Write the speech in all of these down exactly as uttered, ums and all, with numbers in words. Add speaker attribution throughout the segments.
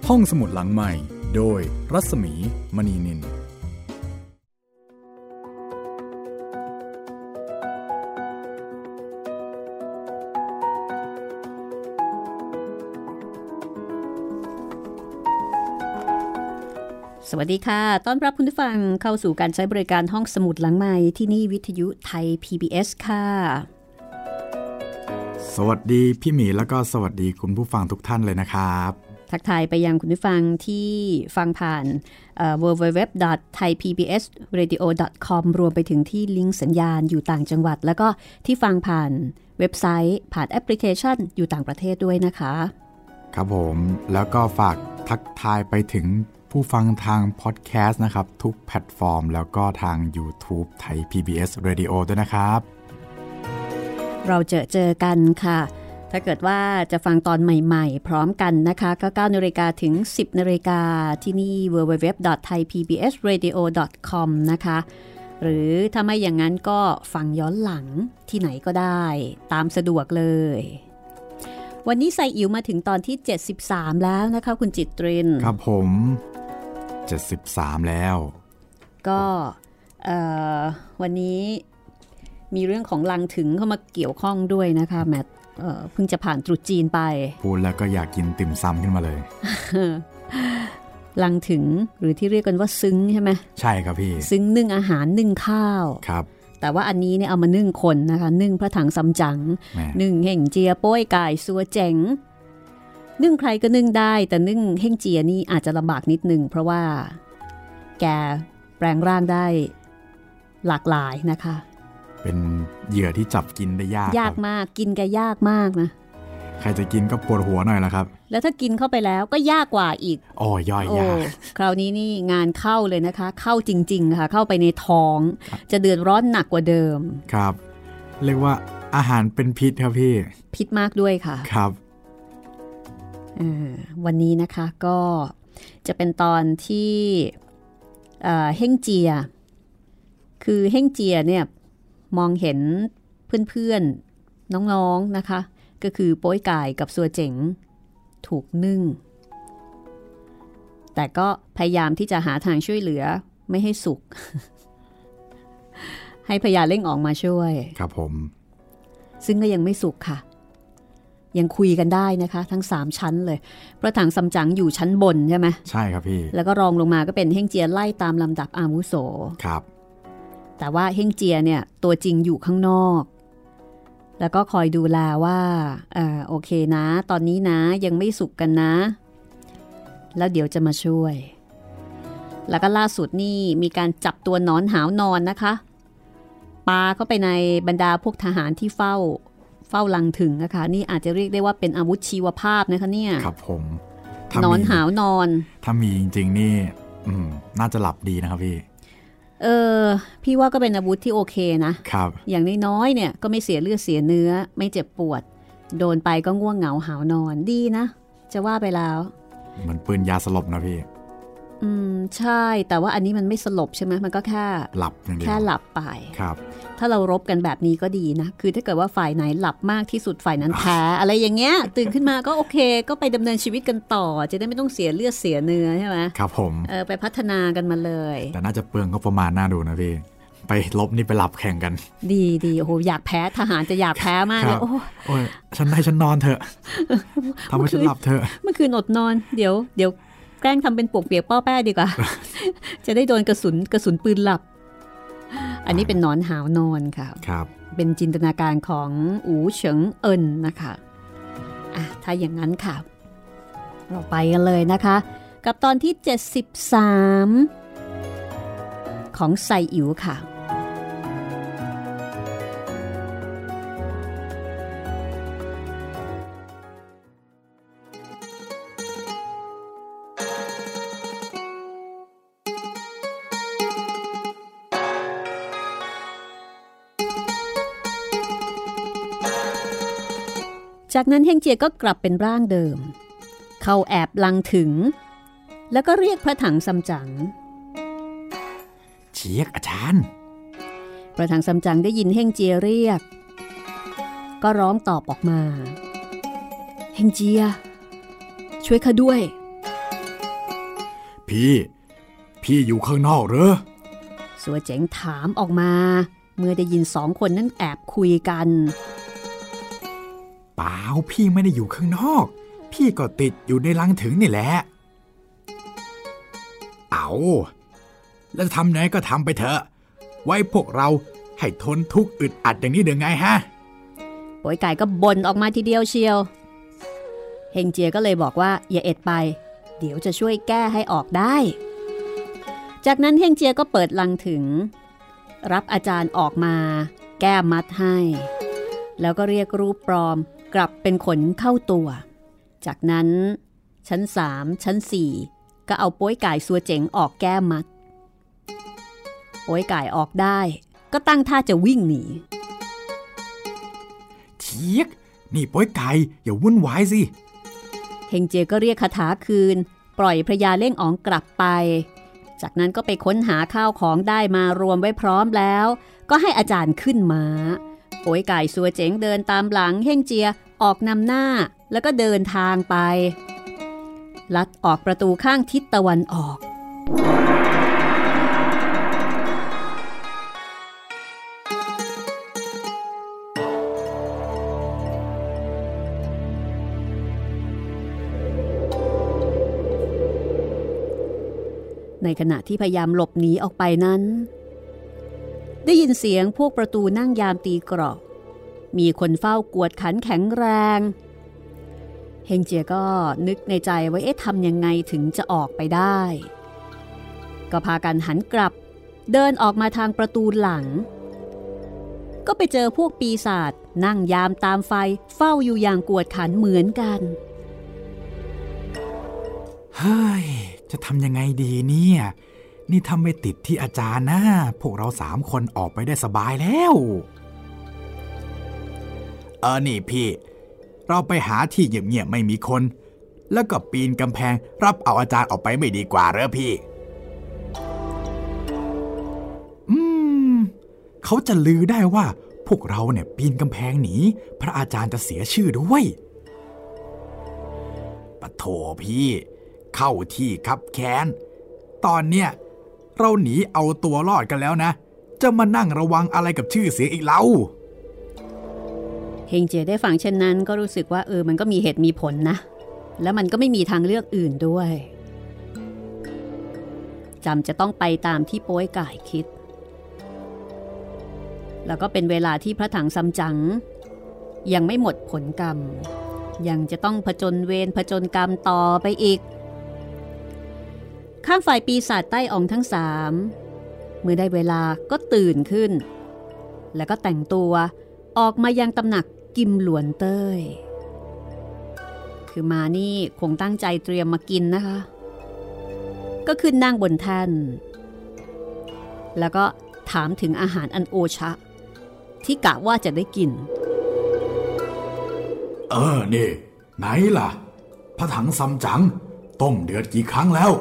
Speaker 1: ห้องสมุดหลังใหม่โดยรัศมีมณีนิน
Speaker 2: สวัสดีค่ะต้อนรับคุณผู้ฟังเข้าสู่การใช้บริการห้องสมุดหลังใหม่ที่นี่วิทยุไทย พี บี เอส ค่ะ
Speaker 1: สวัสดีพี่หมีแล้วก็สวัสดีคุณผู้ฟังทุกท่านเลยนะครับ
Speaker 2: ทักทายไปยังคุณผู้ฟังที่ฟังผ่าน ดับเบิลยู ดับเบิลยู ดับเบิลยู ดอท ไทย พี บี เอส เรดิโอ ดอท คอม รวมไปถึงที่ลิงก์สัญญาณอยู่ต่างจังหวัดแล้วก็ที่ฟังผ่านเว็บไซต์ผ่านแอปพลิเคชันอยู่ต่างประเทศด้วยนะคะ
Speaker 1: ครับผมแล้วก็ฝากทักทายไปถึงผู้ฟังทางพอดแคสต์นะครับทุกแพลตฟอร์มแล้วก็ทาง YouTube ไทย พี บี เอส Radio ด้วยนะครับ
Speaker 2: เราเจอเจอกันค่ะถ้าเกิดว่าจะฟังตอนใหม่ๆพร้อมกันนะคะก็ เก้านาฬิกาถึง สิบนาฬิกาที่นี่ ดับเบิลยู ดับเบิลยู ดับเบิลยู ดอท ไทย พี บี เอส เรดิโอ ดอท คอม นะคะหรือถ้าไม่อย่างนั้นก็ฟังย้อนหลังที่ไหนก็ได้ตามสะดวกเลยวันนี้ใส่อิ๋วมาถึงตอนที่เจ็ดสิบสามแล้วนะคะคุณจิตริน
Speaker 1: ครับผมเจ็ดสิบสามแล้ว
Speaker 2: ก็วันนี้มีเรื่องของลังถึงเข้ามาเกี่ยวข้องด้วยนะคะแมทเพิ่งจะผ่านตรุษจีนไป
Speaker 1: พูดแล้วก็อยากกินติ่มซำขึ้นมาเลย
Speaker 2: ลังถึงหรือที่เรียกกันว่าซึ้งใช่ไหม
Speaker 1: ใช่ครับพี่
Speaker 2: ซึ้งนึ่งอาหารนึ่งข้าว
Speaker 1: ครับ
Speaker 2: แต่ว่าอันนี้เนี่ยเอามานึ่งคนนะคะนึ่งพระถังซัมจั๋งนึ่งเฮ่งเจียโป้ยก่ายซัวเจ๋งนึ่งใครก็นึ่งได้แต่นึ่งเฮ่งเจียนี่อาจจะลำบากนิดนึงเพราะว่าแกแปลงร่างได้หลากหลายนะคะ
Speaker 1: เป็นเหยื่อที่จับกินได้ยาก
Speaker 2: ยากมากกินแกยากมากนะ
Speaker 1: ใครจะกินก็ปวดหัวหน่อยละครับ
Speaker 2: แล้วถ้ากินเข้าไปแล้วก็ยากกว่าอีก
Speaker 1: โอ้ย่อยยาก
Speaker 2: คราวนี้นี่งานเข้าเลยนะคะเข้าจริงๆค่ะเข้าไปในท้องจะเดือดร้อนหนักกว่าเดิม
Speaker 1: ครับเรียกว่าอาหารเป็นพิษครับพี่
Speaker 2: พิษมากด้วยค่ะ
Speaker 1: ครับ
Speaker 2: วันนี้นะคะก็จะเป็นตอนที่เฮ่งเจียคือเฮ่งเจียเนี่ยมองเห็นเพื่อนๆน้องๆนะคะก็คือโป้ยก่ายกับซัวเจ๋งถูกนึ่งแต่ก็พยายามที่จะหาทางช่วยเหลือไม่ให้สุก ให้พญาเล่งออกมาช่วย
Speaker 1: ครับผม
Speaker 2: ซึ่งก็ยังไม่สุกค่ะยังคุยกันได้นะคะทั้งสามชั้นเลยพระถังซัมจั๋งอยู่ชั้นบนใช่ไหม
Speaker 1: ใช่ครับพี่
Speaker 2: แล้วก็รองลงมาก็เป็นเฮ่งเจียไล่ตามลำดับอาวุโส
Speaker 1: ครับ
Speaker 2: แต่ว่าเฮ่งเจียเนี่ยตัวจริงอยู่ข้างนอกแล้วก็คอยดูแลว่าอ่าโอเคนะตอนนี้นะยังไม่สุกกันนะแล้วเดี๋ยวจะมาช่วยแล้วก็ล่าสุดนี่มีการจับตัวหนอนหาวนอนนะคะปาเข้าไปในบรรดาพวกทหารที่เฝ้าเฝ้าลังถึงนะคะนี่อาจจะเรียกได้ว่าเป็นอาวุธชีวภาพนะคะเนี่ย
Speaker 1: ครับผม
Speaker 2: หนอนหาวนอน
Speaker 1: ถ้ามีจริงๆนี่น่าจะหลับดีนะครับพี่
Speaker 2: เออพี่ว่าก็เป็นอาวุธที่โอเคนะครับอย่างน้อยๆเนี่ยก็ไม่เสียเลือดเสียเนื้อไม่เจ็บปวดโดนไปก็ง่วงเหงาหาวนอนดีนะจะว่าไปแล้ว
Speaker 1: เหมือนปืนยาสลบนะพี่
Speaker 2: อืมใช่แต่ว่าอันนี้มันไม่สลบใช่ไหมมันก็แค่
Speaker 1: หลับอย่างเดียว
Speaker 2: แค่หลับไป
Speaker 1: ครับ
Speaker 2: ถ้าเรารบกันแบบนี้ก็ดีนะคือถ้าเกิดว่าฝ่ายไหนหลับมากที่สุดฝ่ายนั้นแพ้ อะไรอย่างเงี้ยตื่นขึ้นมาก็โอเคก็ไปดำเนินชีวิตกันต่อจะได้ไม่ต้องเสียเลือดเสียเนื้อใช่ไหม
Speaker 1: ครับผม
Speaker 2: เออไปพัฒนากันมาเลย
Speaker 1: แต่น่าจะเปลืองก็ประมาณน่าดูนะพี่ไปลบนี่ไปหลับแข่งกัน
Speaker 2: ดีดีโอ้โหอยากแพ้ทหารจะอยากแพ้มากเลยโอ้
Speaker 1: โอ้ยฉันให้ฉันนอนเถอะทำให้ฉันหลับเถอะ
Speaker 2: เมื่อคืนอดนอนเดี๋ยวเดี๋ยวแกล้งทำเป็นปวกเปียกป้อแป้ดีกว่า จะได้โดนกระสุนกระสุนปืนหลับอันนี้เป็นนอนหาวนอนค่ะ
Speaker 1: ครับ
Speaker 2: เป็นจินตนาการของอู๋เฉิงเอินนะคะอ่ะถ้าอย่างนั้นค่ะเราไปกันเลยนะคะกับตอนที่เจ็ดสิบสามของไซอิ๋วค่ะจากนั้นเฮ่งเจียก็กลับเป็นร่างเดิมเข้าแอบลังถึงแล้วก็เรียกพระถังซัมจั๋ง
Speaker 1: เชียกอาจารย์
Speaker 2: พระถังซัมจั๋งได้ยินเฮ่งเจียเรียกก็ร้องตอบออกมาเฮ่งเจียช่วยข้าด้วย
Speaker 1: พี่พี่อยู่ข้างนอกเหรอ
Speaker 2: สัวเจ๋งถามออกมาเมื่อได้ยินสองคนนั้นแอบคุยกัน
Speaker 1: เปล่าพี่ไม่ได้อยู่ข้างนอกพี่ก็ติดอยู่ในลังถึงนี่แหละเอาแล้วทำไหนก็ทำไปเถอะไว้พวกเราให้ทนทุกข์อึดอัดอย่างนี้เดี๋ยวไงฮะ
Speaker 2: ป๋วยไก่ก็บ่นออกมาทีเดียวเชียวเฮงเจียก็เลยบอกว่าอย่าเอ็ดไปเดี๋ยวจะช่วยแก้ให้ออกได้จากนั้นเฮงเจียก็เปิดลังถึงรับอาจารย์ออกมาแก้มัดให้แล้วก็เรียกรูปปลอมกลับเป็นขนเข้าตัวจากนั้นชั้นสามชั้นสี่ก็เอาป๋วยไก่ซัวเจ๋งออกแก้มัดป๋วยไก่ออกได้ก็ตั้งท่าจะวิ่งหนี
Speaker 1: เทียกนี่ป๋วยไก่อย่าวุ่นวายสิ
Speaker 2: เฮงเจียก็เรียกคาถาคืนปล่อยพระยาเล่งอ๋องกลับไปจากนั้นก็ไปค้นหาข้าวของได้มารวมไว้พร้อมแล้วก็ให้อาจารย์ขึ้นม้าป๋วยไก่ซัวเจ๋งเดินตามหลังเฮงเจียออกนำหน้าแล้วก็เดินทางไปลัดออกประตูข้างทิศตะวันออกในขณะที่พยายามหลบหนีออกไปนั้นได้ยินเสียงพวกประตูนั่งยามตีกรอกมีคนเฝ้ากวดขันแข็งแรงเฮงเจียก็นึกในใจว่าเอ๊ะทำยังไงถึงจะออกไปได้ก็พากันหันกลับเดินออกมาทางประตูหลังก็ไปเจอพวกปีศาจนั่งยามตามไฟเฝ้าอยู่อย่างกวดขันเหมือนกัน
Speaker 1: เฮ้ยจะทำยังไงดีเนี่ยนี่ทำไม่ติดที่อาจารย์นะพวกเราสามคนออกไปได้สบายแล้วเออนี่พี่เราไปหาที่เงียบๆไม่มีคนแล้วก็ปีนกำแพงรับเอาอาจารย์ออกไปไม่ดีกว่าเหรอพี่อืมเขาจะลือได้ว่าพวกเราเนี่ยปีนกำแพงหนีพระอาจารย์จะเสียชื่อด้วยปะโถพี่เข้าที่คับแค้นตอนเนี้ยเราหนีเอาตัวรอดกันแล้วนะจะมานั่งระวังอะไรกับชื่อเสียงอีกเล่า
Speaker 2: เฮงเจียได้ฟังเช่นนั้นก็รู้สึกว่าเออมันก็มีเหตุมีผลนะแล้วมันก็ไม่มีทางเลือกอื่นด้วยจำจะต้องไปตามที่โป้ยก่ายคิดแล้วก็เป็นเวลาที่พระถังซัมจั๋งยังไม่หมดผลกรรมยังจะต้องผจญเวรผจญกรรมต่อไปอีกข้างฝ่ายปีศาจใต้อองทั้งสามเมื่อได้เวลาก็ตื่นขึ้นแล้วก็แต่งตัวออกมายังตำหนักกิมหลวนเต้ยคือมานี่คงตั้งใจเตรียมมากินนะคะก็ขึ้นนั่งบนแท่นแล้วก็ถามถึงอาหารอันโอชะที่กะว่าจะได้กิน
Speaker 1: เออนี่ไหนล่ะพระถังซัมจั๋งต้มเดือดกี่ครั้งแล้ว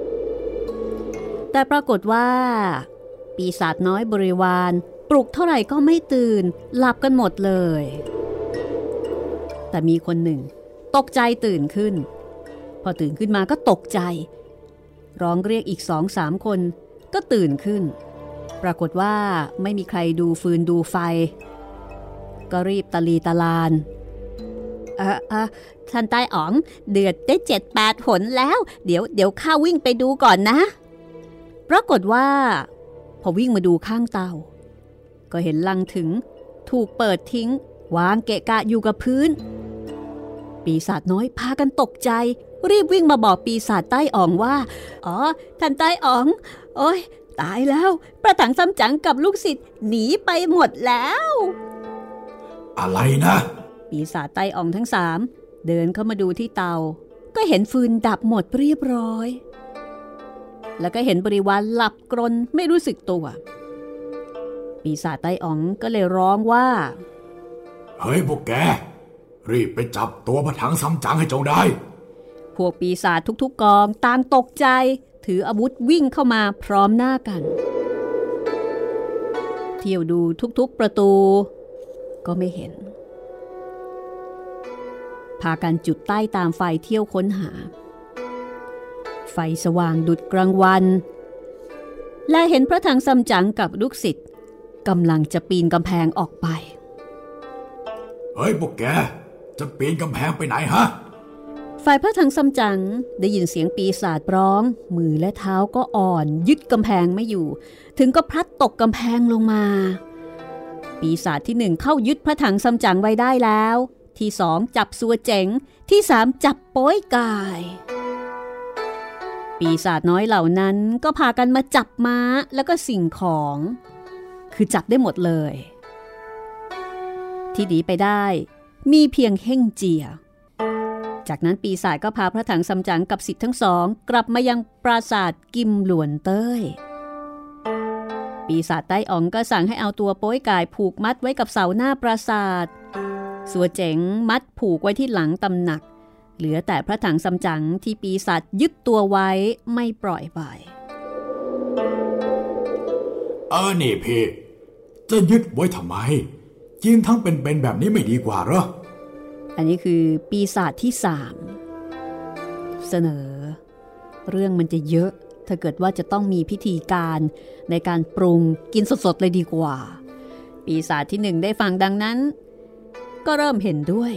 Speaker 2: แต่ปรากฏว่าปีศาจน้อยบริวารปลุกเท่าไหร่ก็ไม่ตื่นหลับกันหมดเลยแต่มีคนหนึ่งตกใจตื่นขึ้นพอตื่นขึ้นมาก็ตกใจร้องเรียกอีกสองสามคนก็ตื่นขึ้นปรากฏว่าไม่มีใครดูฟืนดูไฟก็รีบตะลีตะลานเออเออท่านใต้อ๋องเดือดได้เจ็ดแปดหนแล้วเดี๋ยวเดี๋ยวข้าวิ่งไปดูก่อนนะปรากฏว่าพอวิ่งมาดูข้างเตาก็เห็นลังถึงถูกเปิดทิ้งวางเกะกะอยู่กับพื้นปีศาจน้อยพากันตกใจรีบวิ่งมาบอกปีศาจใต้อ๋องว่าอ๋อท่านใต้อ๋องโอ๊ยตายแล้วพระถังซัมจั๋งกับลูกศิษย์หนีไปหมดแล้ว
Speaker 1: อะไรนะ
Speaker 2: ปีศาจใต้อ๋องทั้งสามเดินเข้ามาดูที่เตาก็เห็นฟืนดับหมดเรียบร้อยแล้วก็เห็นบริวารหลับกรนไม่รู้สึกตัวปีศาจใต้อ๋องก็เลยร้องว่า
Speaker 1: เฮ้ยพวกแกรีบไปจับตัวพระถังซัมจั๋งให้จงได้
Speaker 2: พวกปีศาจทุกๆกองต่างตกใจถืออาวุธวิ่งเข้ามาพร้อมหน้ากันเที่ยวดูทุกๆประตูก็ไม่เห็นพากันจุดใต้ตามไฟเที่ยวค้นหาไฟฟสว่างดุจกลางวันและเห็นพระถังซัมจั๋งกับลูกศิษย์กำลังจะปีนกำแพงออกไป
Speaker 3: เฮ้ยพวกแกจะปีนกำแพงไปไหนฮะ
Speaker 2: ฝ่ายพระถังซัมจั๋งได้ยินเสียงปีศาจร้องมือและเท้าก็อ่อนยึดกำแพงไม่อยู่ถึงก็พลัดตกกำแพงลงมาปีศาจที่หนึ่งเข้ายึดพระถังซัมจั๋งไว้ได้แล้วที่สองจับซัวเจ๋งที่สามจับโป้ยกายปีศาจน้อยเหล่านั้นก็พากันมาจับม้าแล้วก็สิ่งของคือจับได้หมดเลยที่หนีไปได้มีเพียงเฮ่งเจียจากนั้นปีศาจก็พาพระถังซัมจั๋งกับศิษย์ทั้งสองกลับมายังปราสาทกิมหลวนเต้ยปีศาจไต้อ๋องก็สั่งให้เอาตัวโป้ยกายผูกมัดไว้กับเสาหน้าปราสาทสัวเจ๋งมัดผูกไว้ที่หลังตำหนักเหลือแต่พระถังซัมจั๋งที่ปีศาจยึดตัวไว้ไม่ปล่อยไป
Speaker 3: เออนี่พี่จะยึดไว้ทำไมกินทั้งเป็นๆแบบนี้ไม่ดีกว่าเหรอ
Speaker 2: อันนี้คือปีศาจที่สามเสนอเรื่องมันจะเยอะถ้าเกิดว่าจะต้องมีพิธีการในการปรุงกินสดๆเลยดีกว่าปีศาจที่หนึ่งได้ฟังดังนั้นก็เริ่มเห็นด้วย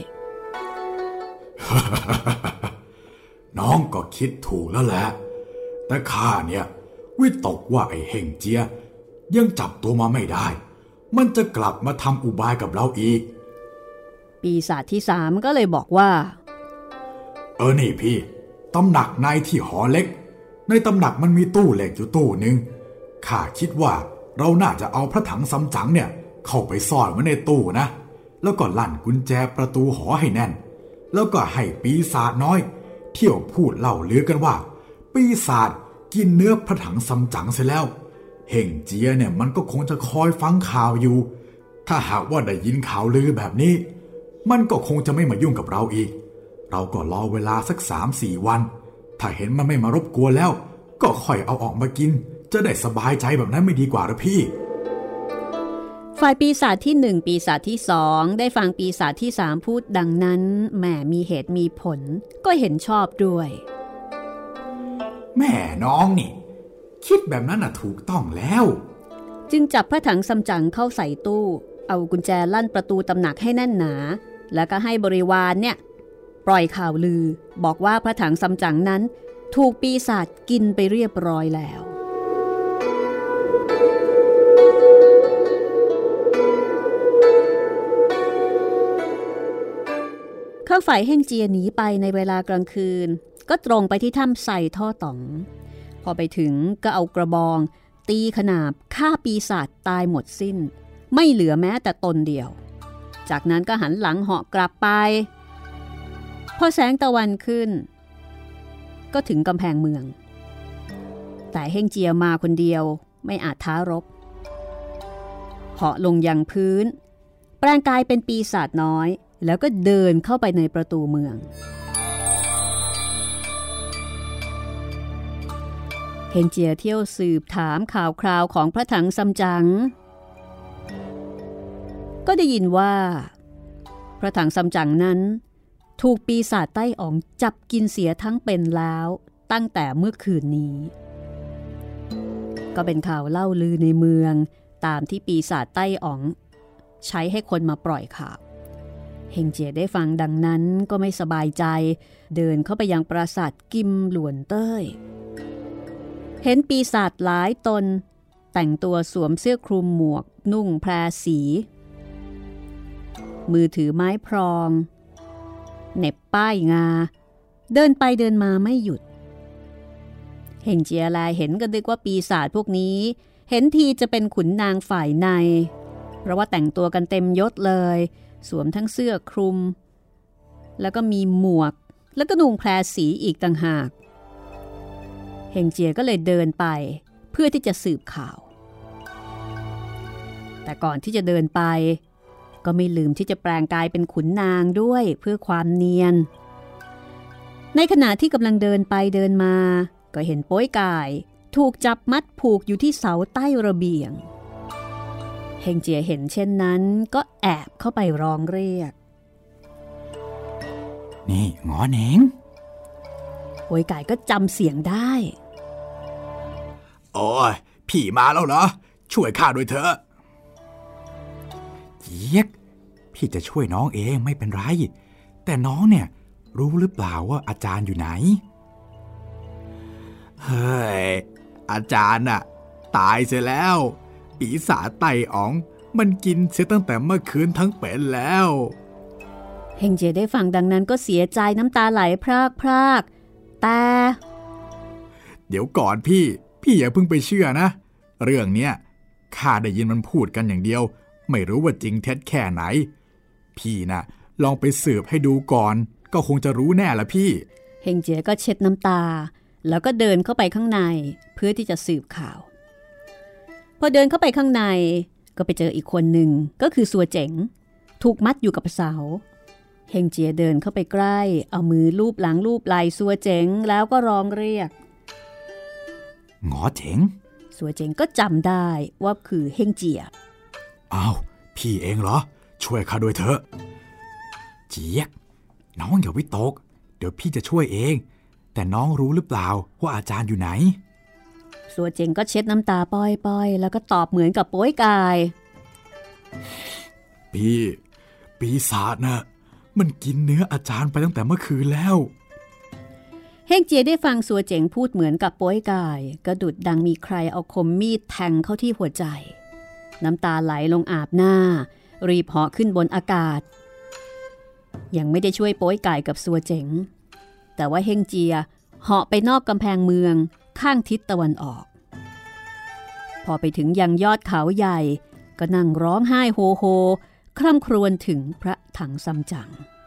Speaker 3: น้องก็คิดถูกแล้วแหละแต่ข้าเนี่ยวิตกว่าไอ้เฮ่งเจียยังจับตัวมาไม่ได้มันจะกลับมาทำอุบายกับเราอีก
Speaker 2: ปีศาจที่สามก็เลยบอกว่า
Speaker 3: เออนี่พี่ตำหนักในที่หอเล็กในตำหนักมันมีตู้เหล็กอยู่ตู้นึงข้าคิดว่าเราน่าจะเอาพระถังซัมจั๋งเนี่ยเข้าไปซ่อนไว้ในตู้นะแล้วก็ลั่นกุญแจประตูหอให้แน่นแล้วก็ให้ปีศาจน้อยเที่ยวพูดเล่าลือกันว่าปีศาจกินเนื้อพระถังซัมจั๋งเสร็จแล้วเฮ่งเจียเนี่ยมันก็คงจะคอยฟังข่าวอยู่ถ้าหากว่าได้ยินข่าวลือแบบนี้มันก็คงจะไม่มายุ่งกับเราอีกเราก็รอเวลาสัก สามสี่ วันถ้าเห็นมันไม่มารบกวนแล้วก็ค่อยเอาออกมากินจะได้สบายใจแบบนั้นไม่ดีกว่าหรือพี่
Speaker 2: ฝ่ายปีศาจที่หนึ่งปีศาจที่สองได้ฟังปีศาจที่สามพูดดังนั้นแหมมีเหตุมีผลก็เห็นชอบด้วย
Speaker 3: แม่น้องนี่คิดแบบนั้นน่ะถูกต้องแล้ว
Speaker 2: จึงจับพระถังซัมจั๋งเข้าใส่ตู้เอากุญแจลั่นประตูตำหนักให้แน่นหนาแล้วก็ให้บริวารเนี่ยปล่อยข่าวลือบอกว่าพระถังซัมจั๋งนั้นถูกปีศาจกินไปเรียบร้อยแล้วข้างฝ่ายเฮ่งเจียหนีไปในเวลากลางคืนก็ตรงไปที่ถ้ำไซท่อต๋องพอไปถึงก็เอากระบองตีขนาบฆ่าปีศาจตายหมดสิ้นไม่เหลือแม้แต่ตนเดียวจากนั้นก็หันหลังเหาะกลับไปพอแสงตะวันขึ้นก็ถึงกำแพงเมืองแต่เฮ่งเจียมาคนเดียวไม่อาจท้ารบเหาะลงยังพื้นแปลงกายเป็นปีศาจน้อยแล้วก็เดินเข้าไปในประตูเมืองเฮ่งเจียเที่ยวสืบถามข่าวคราวของพระถังซัมจั๋งก็ได้ยินว่าพระถังซัมจั๋งนั้นถูกปีศาจไต้อ๋องจับกินเสียทั้งเป็นแล้วตั้งแต่เมื่อคืนนี้ก็เป็นข่าวเล่าลือในเมืองตามที่ปีศาจไต้อ๋องใช้ให้คนมาปล่อยข่าวเฮ่งเจียได้ฟังดังนั้นก็ไม่สบายใจเดินเข้าไปยังปราสาทกิมหลวนเต้ยเห็นปีศาจหลายตนแต่งตัวสวมเสื้อคลุมหมวกนุ่งแพรสีมือถือไม้พรองเหน็บป้ายงาเดินไปเดินมาไม่หยุดเฮ่งเจียแลเห็นก็นึกว่าปีศาจพวกนี้เห็นทีจะเป็นขุนนางฝ่ายในเพราะว่าแต่งตัวกันเต็มยศเลยสวมทั้งเสื้อคลุมแล้วก็มีหมวกแล้วก็นุ่งแพรสีอีกต่างหากเฮ่งเจียก็เลยเดินไปเพื่อที่จะสืบข่าวแต่ก่อนที่จะเดินไปก็ไม่ลืมที่จะแปลงกายเป็นขุนนางด้วยเพื่อความเนียนในขณะที่กำลังเดินไปเดินมาก็เห็นโป้ยกายถูกจับมัดผูกอยู่ที่เสาใต้ระเบียงเฮ่งเจียเห็นเช่นนั้นก็แอบเข้าไปร้องเรียก
Speaker 1: นี่หงอเหน่ง
Speaker 2: ป่วยไก่ก็จำเสียงได้
Speaker 3: โอ้ยพี่มาแล้วเหรอช่วยข้าด้วยเถอะ
Speaker 1: เจี๊ยกพี่จะช่วยน้องเองไม่เป็นไรแต่น้องเนี่ยรู้หรือเปล่าว่าอาจารย์อยู่ไหน
Speaker 3: เฮ้ยอาจารย์น่ะตายเสียแล้วปีศาจไต่อ๋องมันกินเสียตั้งแต่เมื่อคืนทั้งเป็นแล้ว
Speaker 2: เฮงเจียได้ฟังดังนั้นก็เสียใจน้ำตาไหลพรากพรากแต่
Speaker 3: เดี๋ยวก่อนพี่พี่อย่าเพิ่งไปเชื่อนะเรื่องเนี้ยข้าได้ยินมันพูดกันอย่างเดียวไม่รู้ว่าจริงเท็จแค่ไหนพี่น่ะลองไปสืบให้ดูก่อนก็คงจะรู้แน่ละพี่
Speaker 2: เฮงเจียก็เช็ดน้ำตาแล้วก็เดินเข้าไปข้างในเพื่อที่จะสืบข่าวพอเดินเข้าไปข้างในก็ไปเจออีกคนหนึ่งก็คือซัวเจ๋งถูกมัดอยู่กับเสาเฮงเจียเดินเข้าไปใกล้เอามือลูบหลังลูบไหล่ซัวเจ๋งแล้วก็ร้องเรียก
Speaker 1: หงอเจ๋ง
Speaker 2: ซัวเจ๋งก็จำได้ว่าคือเฮงเจีย
Speaker 3: อ้าวพี่เองเหรอช่วยข้าด้วยเถอะ
Speaker 1: เจี๊ยกน้องอย่าวิตกเดี๋ยวพี่จะช่วยเองแต่น้องรู้หรือเปล่าว่าอาจารย์อยู่ไหน
Speaker 2: ซัวเจ๋งก็เช็ดน้ำตาป้อยๆแล้วก็ตอบเหมือนกับโป้ยกาย
Speaker 3: พี่ปีศาจน่ะมันกินเนื้ออาจารย์ไปตั้งแต่เมื่อคืนแล้ว
Speaker 2: เฮงเจียได้ฟังซัวเจ๋งพูดเหมือนกับโป้ยกายกระดุดดังมีใครเอาคมมีดแทงเข้าที่หัวใจน้ำตาไหลลงอาบหน้ารีบเหาะขึ้นบนอากาศยังไม่ได้ช่วยโป้ยกายกับซัวเจ๋งแต่ว่าเฮงเจียเหาะไปนอกกำแพงเมืองข้างทิศตะวันออกพอไปถึงยังยอดเขาใหญ่ก็นั่งร้องไห้โฮโฮคร่ำครวญถึงพระถังซัมจั๋ง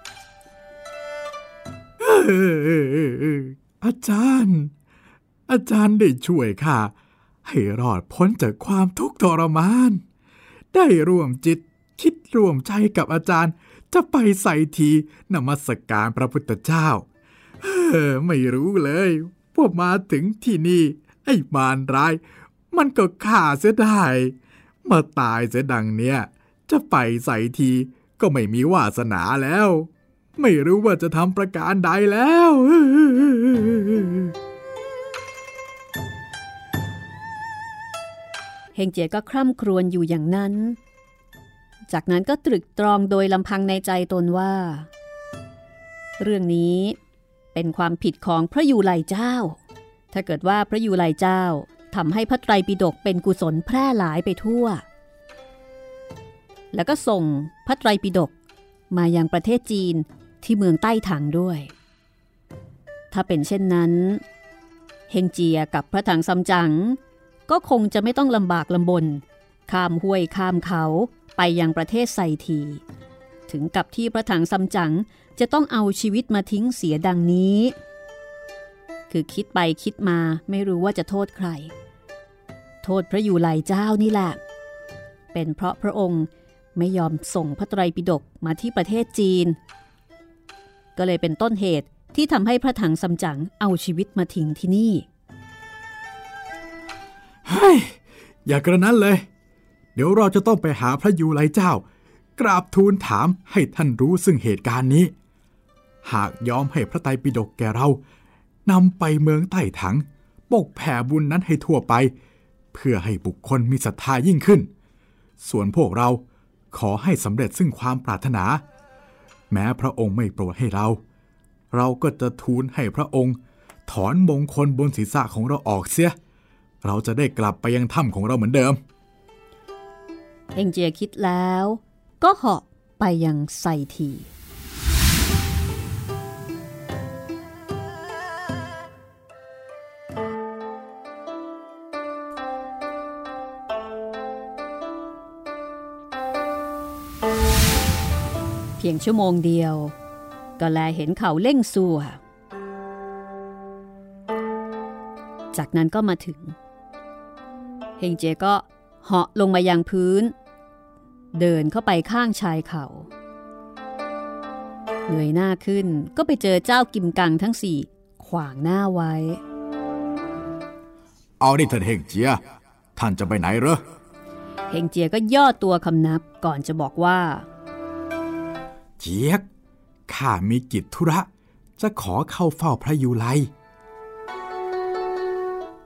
Speaker 3: อาจารย์อาจารย์ได้ช่วยข้าให้รอดพ้นจากความทุกข์ทรมานได้ร่วมจิตคิดร่วมใจกับอาจารย์จะไปใส่ทีนมัสการพระพุทธเจ้าเออไม่รู้เลยพวกมาถึงที่นี่ไอ้มารร้ายมันก็ฆ่าเสียได้มาตายเสียดังเนี้ยจะไปใส่ทีก็ไม่มีวาสนาแล้วไม่รู้ว่าจะทำประการใดแล้ว
Speaker 2: เฮงเจียก็คร่ำครวญอยู่อย่างนั้นจากนั้นก็ตรึกตรองโดยลำพังในใจตนว่าเรื่องนี้เป็นความผิดของพระยูไลเจ้าถ้าเกิดว่าพระยูไลเจ้าทำให้พระไตรปิฎกเป็นกุศลแพร่หลายไปทั่วแล้วก็ส่งพระไตรปิฎกมายังประเทศจีนที่เมืองใต้ถังด้วยถ้าเป็นเช่นนั้นเฮงเจียกับพระถังซัมจั๋งก็คงจะไม่ต้องลำบากลำบนข้ามห้วยข้ามเขาไปยังประเทศไซทีถึงกับที่พระถังซัมจั๋งจะต้องเอาชีวิตมาทิ้งเสียดังนี้คือคิดไปคิดมาไม่รู้ว่าจะโทษใครโทษพระยูไลเจ้านี่แหละเป็นเพราะพระองค์ไม่ยอมส่งพระไตรปิฎกมาที่ประเทศจีนก็เลยเป็นต้นเหตุที่ทำให้พระถังซัมจั๋งเอาชีวิตมาทิ้งที่นี่
Speaker 3: เฮ้ยอย่ากระนั้นเลยเดี๋ยวเราจะต้องไปหาพระยูไลเจ้ากราบทูลถามให้ท่านรู้ซึ่งเหตุการณ์นี้หากยอมให้พระไตรปิฎกแก่เรานำไปเมืองใต้ถังปกแผ่บุญนั้นให้ทั่วไปเพื่อให้บุคคลมีศรัทธายิ่งขึ้นส่วนพวกเราขอให้สำเร็จซึ่งความปรารถนาแม้พระองค์ไม่โปรดให้เราเราก็จะทูลให้พระองค์ถอนมงคลบนศีรษะของเราออกเสียเราจะได้กลับไปยังถ้ำของเราเหมือนเดิม
Speaker 2: เฮงเจียคิดแล้วก็เหาะไปยังไซทีเพียงชั่วโมงเดียวก็แลเห็นเขาเล่งซัวจากนั้นก็มาถึงเฮงเจียก็เหาะลงมายังพื้นเดินเข้าไปข้างชายเขาเงยหน้าขึ้นก็ไปเจอเจ้ากิมกังทั้งสี่ขวางหน้าไว้
Speaker 3: เอาดิท่านเฮงเจียท่านจะไปไหนเหรอ
Speaker 2: เฮงเจียก็ย่อตัวคำนับก่อนจะบอกว่า
Speaker 1: เจี๊ยกข้ามีกิจธุระจะขอเข้าเฝ้าพระยูไล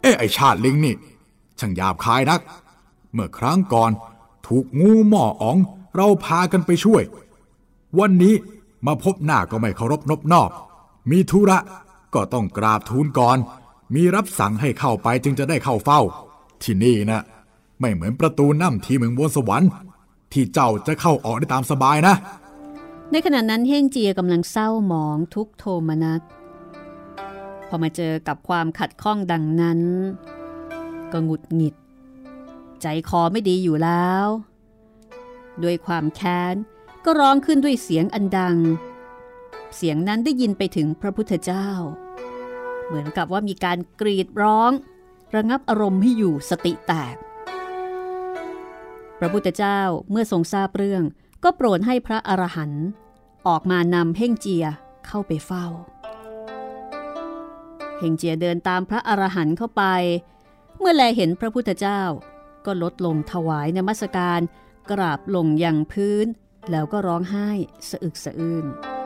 Speaker 3: อ๊ะไอชาติลิงนี่ช่างหยาบคายนักเมื่อครั้งก่อนถูกงูหม้ออ๋องเราพากันไปช่วยวันนี้มาพบหน้าก็ไม่เคารพนบนอบมีธุระก็ต้องกราบทูลก่อนมีรับสั่งให้เข้าไปจึงจะได้เข้าเฝ้าที่นี่นะไม่เหมือนประตูน้ำที่เมืองบนสวรรค์ที่เจ้าจะเข้าออกได้ตามสบายนะ
Speaker 2: ในขณะนั้นเฮ่งเจียกำลังเศร้าหมองทุกข์โทมนัสพอมาเจอกับความขัดข้องดังนั้นก็หงุดหงิดใจคอไม่ดีอยู่แล้วด้วยความแค้นก็ร้องขึ้นด้วยเสียงอันดังเสียงนั้นได้ยินไปถึงพระพุทธเจ้าเหมือนกับว่ามีการกรีดร้องระงับอารมณ์ให้อยู่สติแตกพระพุทธเจ้าเมื่อทรงทราบเรื่องก็โปรดให้พระอรหันต์ออกมานำเฮ่งเจียเข้าไปเฝ้าเฮ่งเจียเดินตามพระอรหันต์เข้าไปเมื่อแลเห็นพระพุทธเจ้าก็ลดลงถวายนมัสการกราบลงยังพื้นแล้วก็ร้องไห้สะอึกสะอื้น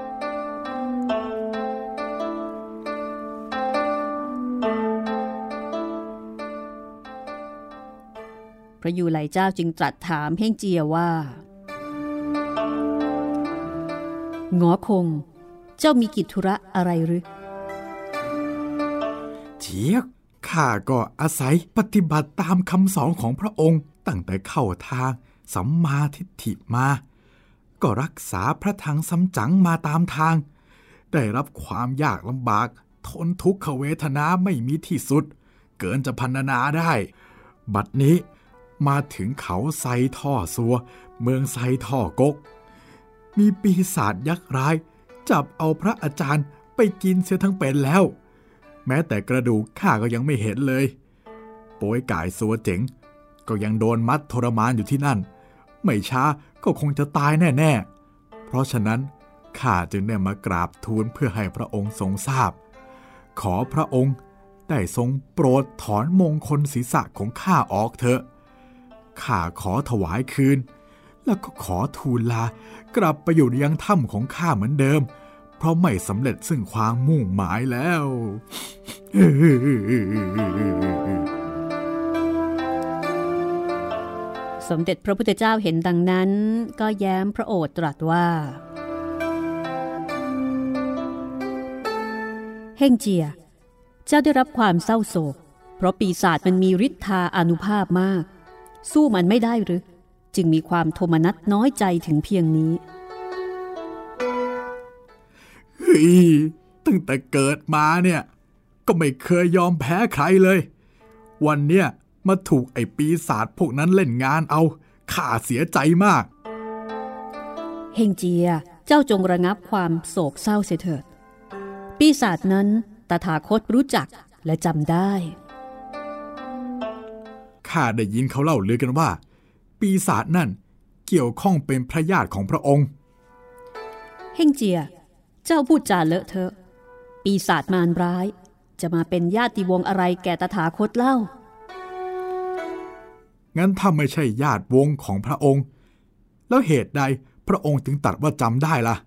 Speaker 2: พระยูไลเจ้าจึงตรัสถามเฮ่งเจียว่าหงอคงเจ้ามีกิจธุระอะไรหรือ
Speaker 3: เจียกข้าก็อาศัยปฏิบัติตามคำสอนของพระองค์ตั้งแต่เข้าทางสัมมาทิฏฐิมาก็รักษาพระทังซัมจั๋งมาตามทางได้รับความยากลำบากทนทุกขเวทนาไม่มีที่สุดเกินจะพรรณนาได้บัดนี้มาถึงเขาไซท่อซัวเมืองไซท่อกกมีปีศาจยักษ์ร้ายจับเอาพระอาจารย์ไปกินเสียทั้งเป็นแล้วแม้แต่กระดูกข้าก็ยังไม่เห็นเลยโป้ยก่ายซัวเจ๋งก็ยังโดนมัดทรมานอยู่ที่นั่นไม่ช้าก็คงจะตายแน่ๆเพราะฉะนั้นข้าจึงได้มากราบทูลเพื่อให้พระองค์ทรงทราบขอพระองค์ได้ทรงโปรดถอนมงคลศีรษะของข้าออกเถอะข้าขอถวายคืนแล้วก็ขอทูลลากลับไปอยู่ยังถ้ำของข้าเหมือนเดิมเพราะไม่สำเร็จซึ่งความมุ่งหมายแล้ว
Speaker 2: สมเด็จพระพุทธเจ้าเห็นดังนั้นก็แย้มพระโอษฐ์ตรัสว่าเฮ่งเจียเจ้าได้รับความเศร้าโศกเพราะปีศาจมันมีฤทธาอานุภาพมากสู้มันไม่ได้หรือจึงมีความโทมนัสน้อยใจถึงเพียงนี้
Speaker 3: เฮ้ยตั้งแต่เกิดมาเนี่ยก็ไม่เคยยอมแพ้ใครเลยวันเนี้ยมาถูกไอ้ปีศาจพวกนั้นเล่นงานเอาข้าเสียใจมาก
Speaker 2: เฮงเจียเจ้าจงระงับความโศกเศร้าเสียเถิดปีศาจนั้นตถาคตรู้จักและจำได้
Speaker 3: ข้าได้ยินเขาเล่าลือกันว่าปีศาจนั่นเกี่ยวข้องเป็นพระญาติของพระองค์
Speaker 2: เฮงเจียเจ้าพูดจาเลอะเทอะปีศาจมารร้ายจะมาเป็นญาติวงศ์อะไรแก่ตถาคตเล่า
Speaker 3: งั้นถ้าไม่ใช่ญาติวงศ์ของพระองค์แล้วเหตุใดพระองค์ถึงตรัสว่าจำได้ล่ะ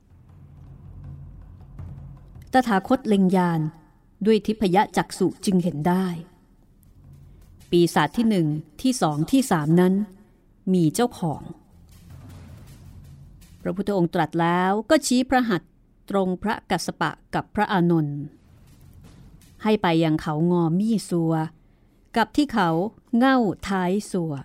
Speaker 2: ตถาคตเล็งญาณด้วยทิพยจักษุจึงเห็นได้ปีศาจที่หนึ่งที่สองที่สามนั้นมีเจ้าของพระพุทธองค์ตรัสแล้วก็ชี้พระหัตถ์ตรงพระกัสสปะกับพระอานนท์ให้ไปยังเขางอมี่ซัวกับที่เขาเง่าท้ายซัว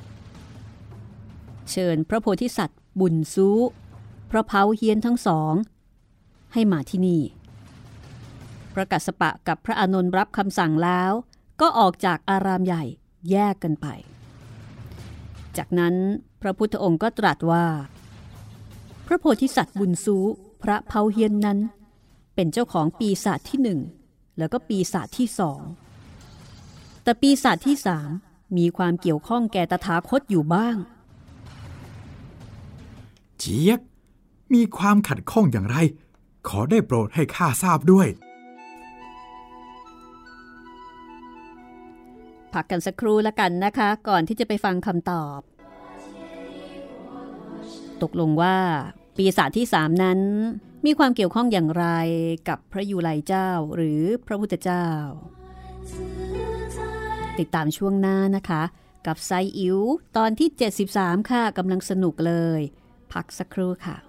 Speaker 2: เชิญพระโพธิสัตว์บุญซูพระเภาเฮียนทั้งสองให้มาที่นี่พระกัสสปะกับพระอานนท์รับคำสั่งแล้วก็ออกจากอารามใหญ่แยกกันไปจากนั้นพระพุทธองค์ก็ตรัสว่าพระโพธิสัตว์บุญซูพระเภาเฮียนนั้นเป็นเจ้าของปีศาจที่หนึ่งแล้วก็ปีศาจที่สองแต่ปีศาจที่สามมีความเกี่ยวข้องแก่ตถาคตอยู่บ้าง
Speaker 3: เจี๊ยกมีความขัดข้องอย่างไรขอได้โปรดให้ข้าทราบด้วย
Speaker 2: พักกันสักครู่ละกันนะคะก่อนที่จะไปฟังคำตอบตกลงว่าปีศาจที่สามนั้นมีความเกี่ยวข้องอย่างไรกับพระยูไลเจ้าหรือพระพุทธเจ้าติดตามช่วงหน้านะคะกับไซอิ๋วตอนที่เจ็ดสิบสามค่ะกำลังสนุกเลยพักสักครู่ค่ะ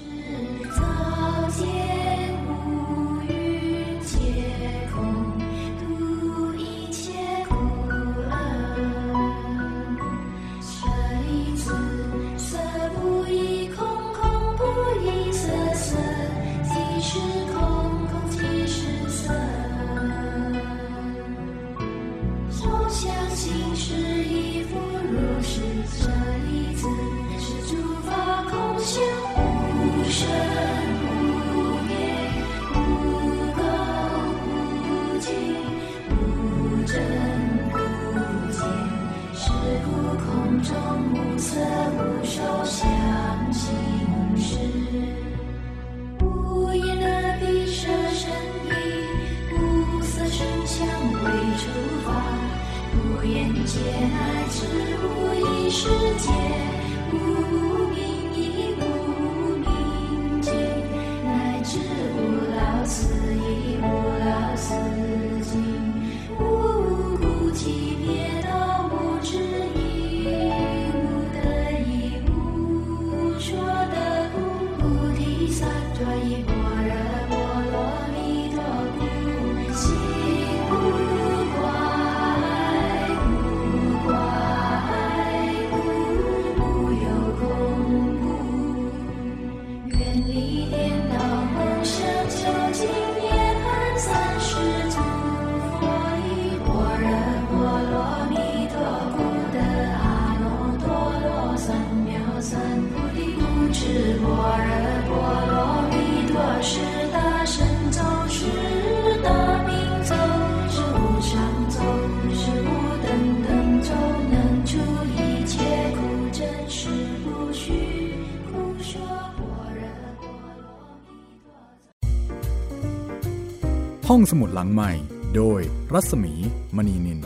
Speaker 1: ห้องสมุดหลังใหม่โดยรัศมีมณีนิน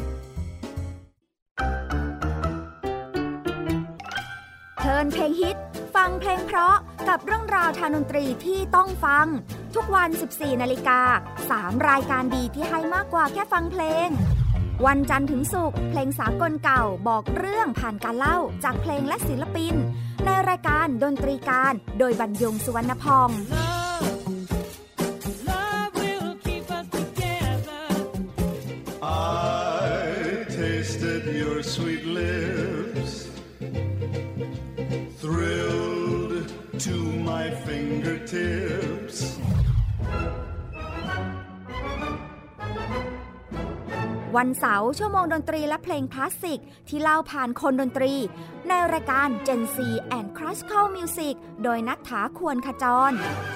Speaker 4: เทิร์นเพลงฮิตฟังเพลงเพราะกับเรื่องราวทางดนตรีที่ต้องฟังทุกวัน สิบสี่นาฬิกา สามรายการดีที่ให้มากกว่าแค่ฟังเพลงวันจันทร์ถึงศุกร์เพลงสากลเก่าบอกเรื่องผ่านการเล่าจากเพลงและศิลปินในรายการดนตรีการโดยบรรยงสุวรรณพอง
Speaker 5: Your sweet lips thrilled to my fingertips
Speaker 4: วันเสาร์ชั่วโมงดนตรีและเพลงคลาสสิกที่เล่าผ่านคนดนตรีในรายการ Gen ซี and Classical Music โดยณัฐฐา ควรขจร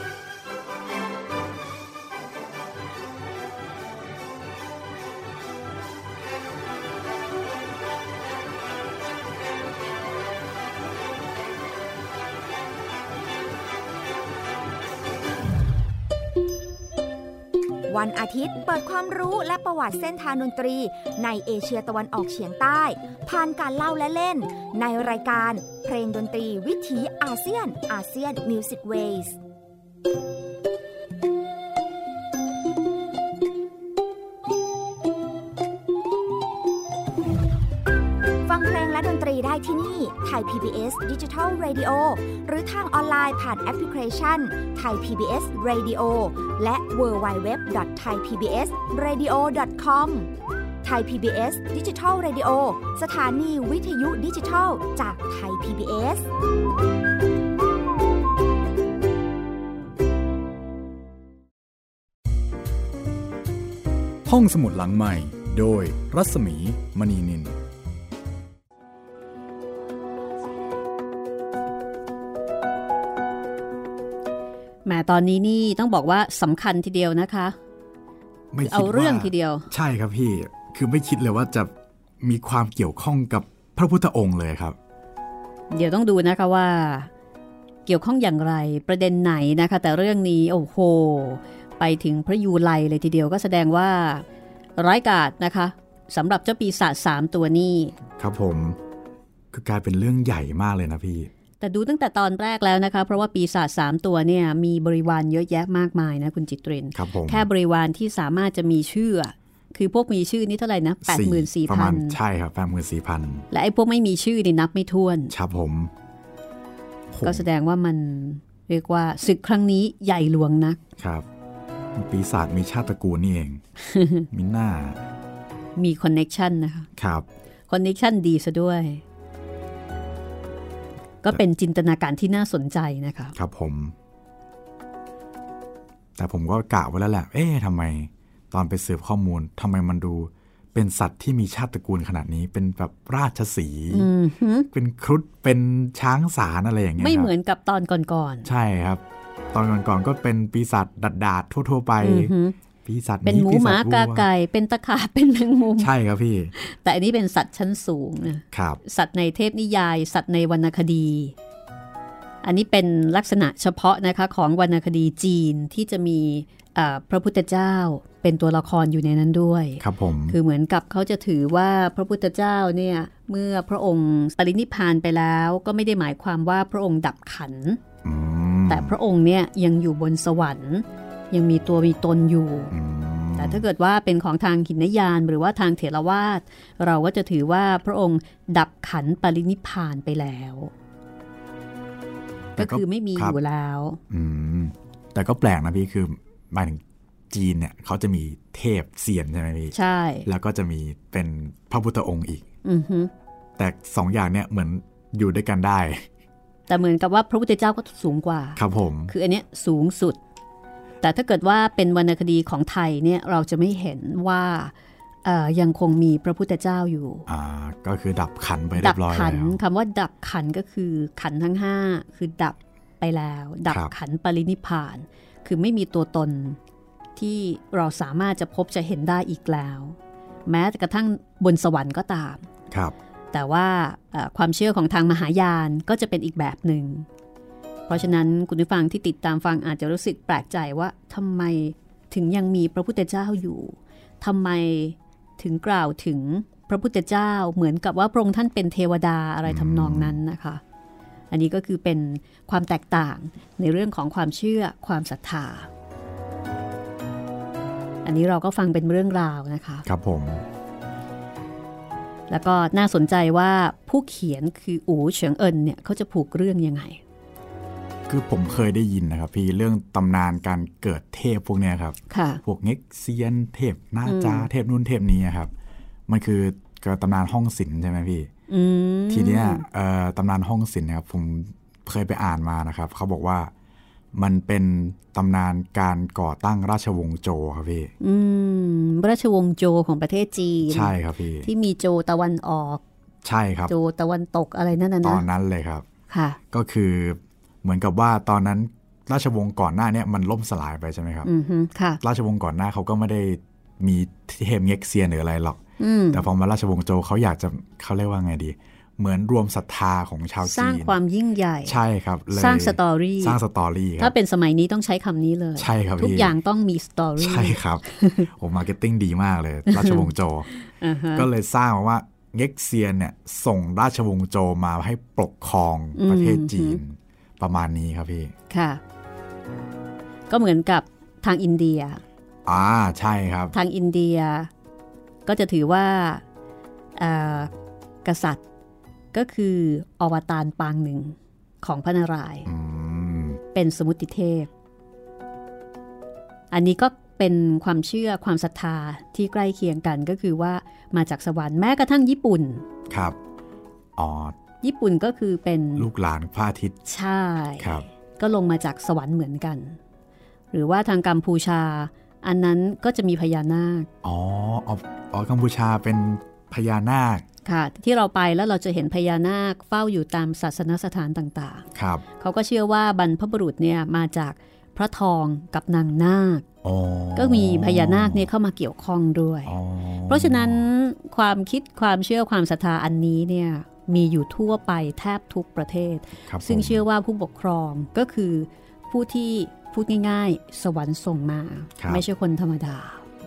Speaker 4: วันอาทิตย์เปิดความรู้และประวัติเส้นทางดนตรีในเอเชียตะวันออกเฉียงใต้ผ่านการเล่าและเล่นในรายการเพลงดนตรีวิถีอาเซียนอาเซียนมิวสิกเวย์ ฟังเพลงและดนตรีได้ที่นี่ไทย พี บี เอส Digital Radio หรือทางออนไลน์ผ่านแอปพลิเคชัน Thai พี บี เอส Radio และ ดับเบิลยู ดับเบิลยู ดับเบิลยู ดอท ไทย พี บี เอส เรดิโอ ดอท คอม ไทย พี บี เอส Digital Radio สถานีวิทยุดิจิทัลจากไทย พี บี เอส
Speaker 1: ห้องสมุดหลังใหม่โดยรัศมีมณีนิน
Speaker 2: แหมตอนนี้นี่ต้องบอกว่าสำคัญทีเดียวนะคะ
Speaker 1: ไม่
Speaker 2: เอาเรื่องทีเดียว
Speaker 1: ใช่ครับพี่คือไม่คิดเลยว่าจะมีความเกี่ยวข้องกับพระพุทธองค์เลยครับ
Speaker 2: เดี๋ยวต้องดูนะคะว่าเกี่ยวข้องอย่างไรประเด็นไหนนะคะแต่เรื่องนี้โอ้โหไปถึงพระยูไลเลยทีเดียวก็แสดงว่าร้ายกาจนะคะสำหรับเจ้าปีศาจสามตัวนี้
Speaker 1: ครับผมคือกลายเป็นเรื่องใหญ่มากเลยนะพี่
Speaker 2: แต่ดูตั้งแต่ตอนแรกแล้วนะคะเพราะว่าปีศาจสามตัวเนี่ยมีบริวารเยอะแยะมากมายนะคุณจิตริน
Speaker 1: ครับผม
Speaker 2: แค่บริวารที่สามารถจะมีชื่อคือพวกมีชื่อนี่เท่าไหร่นะ แปดหมื่นสี่พัน
Speaker 1: ประมาณใช่ครับ แปดหมื่นสี่พัน
Speaker 2: และไอ้พวกไม่มีชื่อนี่นับไม่ถ้วน
Speaker 1: ครับผม
Speaker 2: ก็แสดงว่ามันเรียกว่าศึกครั้งนี้ใหญ่หลวงนัก
Speaker 1: ครับปีศาจมีชาติตระกูลนี่เอง มิน่า
Speaker 2: มีคอนเนคชั่นนะคะ
Speaker 1: ครับ
Speaker 2: คอนเนคชั่นดีซะด้วยก็เป็นจินตนาการที่น่าสนใจนะคะ
Speaker 1: ครับผมแต่ผมก็กะไว้แล้วแหละเอ๊ะทำไมตอนไปสืบข้อมูลทำไมมันดูเป็นสัตว์ที่มีชาติตระกูลขนาดนี้เป็นแบบราชสีห์เป็นครุฑเป็นช้างสารอะไรอย่างเงี้ย
Speaker 2: ไม่เหมือนกับตอนก่อน
Speaker 1: ๆใช่ครับตอนก่อนๆก็เป็นปีศาจดาดๆทั่วๆไปปีศาจ
Speaker 2: เป็นหมูหมากาไก่เป็นตะขาบเป็นแมงมุม
Speaker 1: ใช่ครับพี่
Speaker 2: แต่อันนี้เป็นสัตว์ชั้นสูงนะครับสัตว์ในเทพนิยายสัตว์ในวรรณคดีอันนี้เป็นลักษณะเฉพาะนะคะของวรรณคดีจีนที่จะมีพระพุทธเจ้าเป็นตัวละครอยู่ในนั้นด้วย
Speaker 1: ครับผม
Speaker 2: คือเหมือนกับเขาจะถือว่าพระพุทธเจ้าเนี่ยเมื่อพระองค์ปรินิพพานไปแล้วก็ไม่ได้หมายความว่าพระองค์ดับขันแต่พระองค์เนี่ยยังอยู่บนสวรรค์ยังมีตัวมีตนอยู่แต่ถ้าเกิดว่าเป็นของทางหินยานหรือว่าทางเถรวาทเราก็จะถือว่าพระองค์ดับขันปรินิพพานไปแล้วก็คือไม่มีอยู่แล้ว
Speaker 1: แต่ก็แปลกนะพี่คือหมายถึงจีนเนี่ยเขาจะมีเทพเซียนใช่ไหมพี่
Speaker 2: ใช่
Speaker 1: แล้วก็จะมีเป็นพระพุทธองค์อีก
Speaker 2: อือฮึ
Speaker 1: แต่สองอย่างเนี่ยเหมือนอยู่ด้วยกันได้
Speaker 2: แต่เหมือนกับว่าพระพุทธเจ้าก็สูงกว่า
Speaker 1: ครับผม
Speaker 2: คืออันเนี้ยสูงสุดแต่ถ้าเกิดว่าเป็นวรรณคดีของไทยเนี่ยเราจะไม่เห็นว่ายังคงมีพระพุทธเจ้าอยู่
Speaker 1: อ่าก็คือดับขันไปเรียบร้อยแล้วดับขัน
Speaker 2: คำว่าดับขันก็คือขันทั้งห้าคือดับไปแล้วดับขันปรินิพพานคือไม่มีตัวตนที่เราสามารถจะพบจะเห็นได้อีกแล้วแม้กระทั่งบนสวรรค์ก็ตาม
Speaker 1: ครับ
Speaker 2: แต่ว่าความเชื่อของทางมหายานก็จะเป็นอีกแบบหนึ่งเพราะฉะนั้นคุณผู้ฟังที่ติดตามฟังอาจจะรู้สึกแปลกใจว่าทำไมถึงยังมีพระพุทธเจ้าอยู่ทำไมถึงกล่าวถึงพระพุทธเจ้าเหมือนกับว่าพระองค์ท่านเป็นเทวดาอะไรทำนองนั้นนะคะอันนี้ก็คือเป็นความแตกต่างในเรื่องของความเชื่อความศรัทธาอันนี้เราก็ฟังเป็นเรื่องราวนะคะ
Speaker 1: ครับผม
Speaker 2: แล้วก็น่าสนใจว่าผู้เขียนคืออู๋เฉิงเอินเนี่ยเขาจะผูกเรื่องยังไง
Speaker 1: คือผมเคยได้ยินนะครับพี่เรื่องตำนานการเกิดเทพพวกเนี้ยครับพวกเง็กเซียนเทพนาจาเทพนู่นเทพนี้ครับมันคือตำนานห้องศิลป์ใช่ไหมพี่ทีเนี้ยตำนานห้องศิลป์นะครับผมเคยไปอ่านมานะครับเขาบอกว่ามันเป็นตำนานการก่อตั้งราชวงศ์โจวครับพี่
Speaker 2: อืมราชวงศ์โจวของประเทศจีน
Speaker 1: ใช่ครับพี่
Speaker 2: ที่มีโจวตะวันออก
Speaker 1: ใช่ครับ
Speaker 2: โจวตะวันตกอะไรนั่นนะ
Speaker 1: ตอนนั้นเลยครับ
Speaker 2: ค่ะ
Speaker 1: ก็คือเหมือนกับว่าตอนนั้นราชวงศ์ก่อนหน้านี้มันล่มสลายไปใช่ไหมครับ
Speaker 2: อือฮึค่ะ
Speaker 1: ราชวงศ์ก่อนหน้าเขาก็ไม่ได้มีเทพเง็กเซียนหรืออะไรหรอกแต่พอมาราชวงศ์โจวเขาอยากจะเขาเรียกว่าไงดีเหมือนรวมศรัทธาของชาวจีน
Speaker 2: สร้างความยิ่งใหญ่
Speaker 1: ใช่ครับ
Speaker 2: สร้างสตอรี่
Speaker 1: สร้างสตอรี่
Speaker 2: ถ้าเป็นสมัยนี้ต้องใช้คำนี้เลย
Speaker 1: ใช่ครับ
Speaker 2: ทุกอย่างต้องมีสตอรี่
Speaker 1: ใช่ครับโอ้มาร์เก็ตติ้งดีมากเลยราชวงศ์โจว ก็เลยสร้างว่าเง็กเซียนเนี่ยส่งราชวงศ์โจวมาให้ปกครองประเทศจีนประมาณนี้ครับพี่
Speaker 2: ค่ะก็เหมือนกับทางอินเดีย
Speaker 1: อ่าใช่ครับ
Speaker 2: ทางอินเดียก็จะถือว่ากษัตริย์ก็คืออวตารปางหนึ่งของพระนารายณ์เป็นสมุติเทพอันนี้ก็เป็นความเชื่อความศรัทธาที่ใกล้เคียงกันก็คือว่ามาจากสวรรค์แม้กระทั่งญี่ปุ่น
Speaker 1: ครับอ๋อ
Speaker 2: ญี่ปุ่นก็คือเป็น
Speaker 1: ลูกหลานพระอาทิตย์
Speaker 2: ใช่
Speaker 1: ครับ
Speaker 2: ก็ลงมาจากสวรรค์เหมือนกันหรือว่าทางกัมพูชาอันนั้นก็จะมีพญานาค
Speaker 1: อ๋ออ๋อกัมพูชาเป็นพญานาค
Speaker 2: ค่ะที่เราไปแล้วเราจะเห็นพญานาคเฝ้าอยู่ตามศาสนสถานต่าง
Speaker 1: ๆครับ
Speaker 2: เขาก็เชื่อว่าบรรพบุรุษเนี่ยมาจากพระทองกับนางนาคก็มีพญานาคเนี่ยเข้ามาเกี่ยวข้องด้วยเพราะฉะนั้นความคิดความเชื่อความศรัทธาอันนี้เนี่ยมีอยู่ทั่วไปแทบทุกประเทศซึ่งเชื่อว่าผู้ปกครองก็คือผู้ที่พูดง่ายๆสวรรค์ส่งมาไม่ใช่คนธรรมดา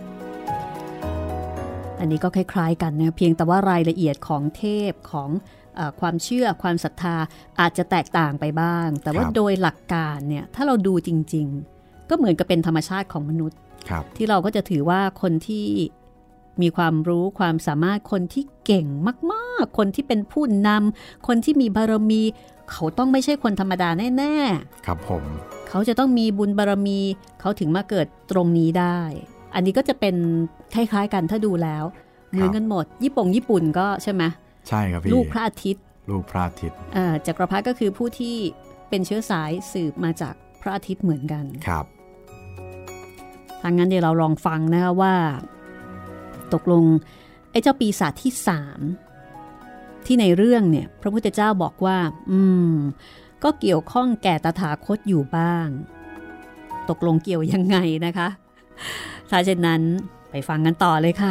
Speaker 2: อันนี้ก็คล้ายๆกันนะเพียงแต่ว่ารายละเอียดของเทพของเอ่อความเชื่อความศรัทธาอาจจะแตกต่างไปบ้างแต่ว่าโดยหลักการเนี่ยถ้าเราดูจริงๆก็เหมือนกับเป็นธรรมชาติของมนุษย์ที่เราก็จะถือว่าคนที่มีความรู้ความสามารถคนที่เก่งมากๆคนที่เป็นผู้นำคนที่มีบารมีเขาต้องไม่ใช่คนธรรมดาแน่
Speaker 1: ๆครับผม
Speaker 2: เขาจะต้องมีบุญบารมีเขาถึงมาเกิดตรงนี้ได้อันนี้ก็จะเป็นคล้ายๆกันถ้าดูแล้วเหมือนกันหมดญี่ปุ่งญี่ปุ่นก็ใช่ไหม
Speaker 1: ใช่ครับพี่
Speaker 2: ลูกพระอาทิตย์
Speaker 1: ลูกพระอาทิตย์
Speaker 2: อ่าจักรพรรดิก็คือผู้ที่เป็นเชื้อสายสืบมาจากพระอาทิตย์เหมือนกัน
Speaker 1: ครับ
Speaker 2: ถ้างั้นเดี๋ยวเราลองฟังนะคะว่าตกลงไอ้เจ้าปีศาจที่สามที่ในเรื่องเนี่ยพระพุทธเจ้าบอกว่าอืมก็เกี่ยวข้องแก่ตถาคตอยู่บ้างตกลงเกี่ยวยังไงนะคะถ้าเช่นนั้นไปฟังกันต่อเลยค่ะ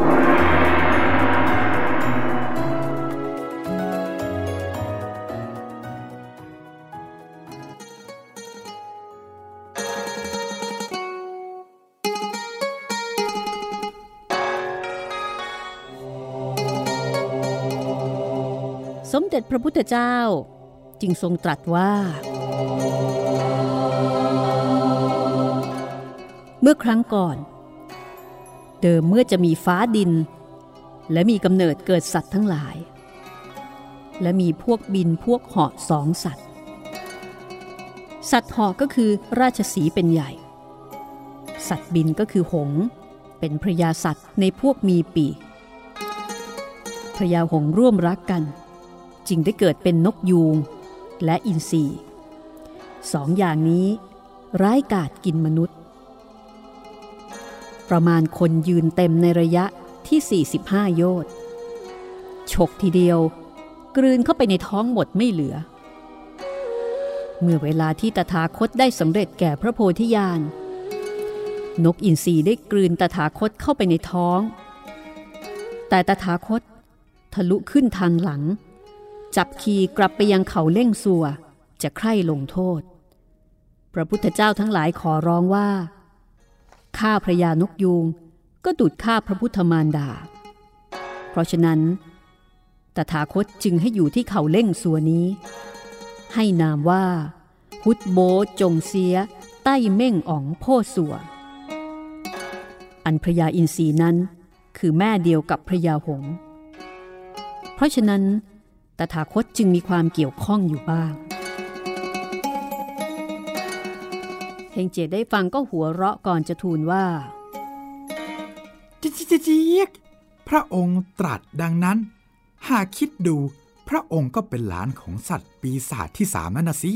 Speaker 2: สมเด็จพระพุทธเจ้าจึงทรงตรัสว่าเมื่อครั้งก่อนเดิมเมื่อจะมีฟ้าดินและมีกำเนิดเกิดสัตว์ทั้งหลายและมีพวกบินพวกเหาะสองสัตว์สัตว์เหาะก็คือราชสีห์เป็นใหญ่สัตว์บินก็คือหงส์เป็นพระยาสัตว์ในพวกมีปีกพระยาหงส์ร่วมรักกันจึงได้เกิดเป็นนกยูงและอินทรีสองอย่างนี้ร้ายกาจกินมนุษย์ประมาณคนยืนเต็มในระยะที่สี่สิบห้าโยชน์ฉกทีเดียวกลืนเข้าไปในท้องหมดไม่เหลือเมื่อเวลาที่ตถาคตได้สำเร็จแก่พระโพธิญาณนกอินทรีได้กลืนตถาคตเข้าไปในท้องแต่ตถาคตทะลุขึ้นทางหลังจับขี่กลับไปยังเขาเล่งซัวจะใคร่ลงโทษพระพุทธเจ้าทั้งหลายขอร้องว่าฆ่าพระยานกยูงก็ดุจฆ่าพระพุทธมารดาเพราะฉะนั้นตถาคตจึงให้อยู่ที่เขาเล่งซัวนี้ให้นามว่าฮุดโบจงเสียใต้เม่งอ๋องโพสัวอันพระยาอินทรีนั้นคือแม่เดียวกับพระยาหงส์เพราะฉะนั้นตถาคตจึงมีความเกี่ยวข้องอยู่บ้างเฮงเจียได้ฟังก็หัวเราะก่อนจะทูลว่า
Speaker 3: จิ๊กจิ๊กพระองค์ตรัสดังนั้นหากคิดดูพระองค์ก็เป็นหลานของสัตว์ปีศาจที่สามนั่นนะสิ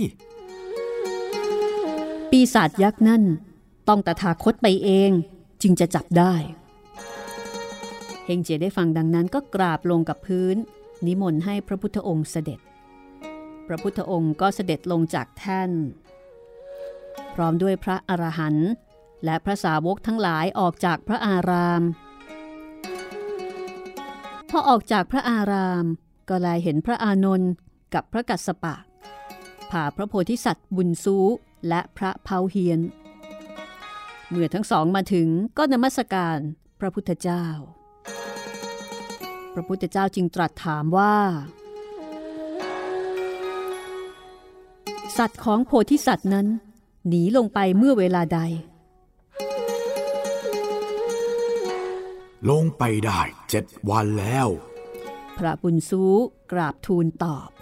Speaker 2: ปีศาจยักษ์นั่นต้องตถาคตไปเองจึงจะจับได้เฮงเจียได้ฟังดังนั้นก็กราบลงกับพื้นนิมนต์ให้พระพุทธองค์เสด็จพระพุทธองค์ก็เสด็จลงจากแท่นพร้อมด้วยพระอรหันต์และพระสาวกทั้งหลายออกจากพระอารามพอออกจากพระอารามก็แลเห็นพระอานนท์กับพระกัสสปะพาพระโพธิสัตว์บุญซูและพระเผาเฮียนเมื่อทั้งสองมาถึงก็นมัสการพระพุทธเจ้าพระพุทธเจ้าจึงตรัสถามว่าสัตว์ของโพธิสัตว์นั้นหนีลงไปเมื่อเวลาใด
Speaker 3: ลงไปได้เจ็ดวันแล้ว
Speaker 2: พระบุญซูกราบทูลตอบ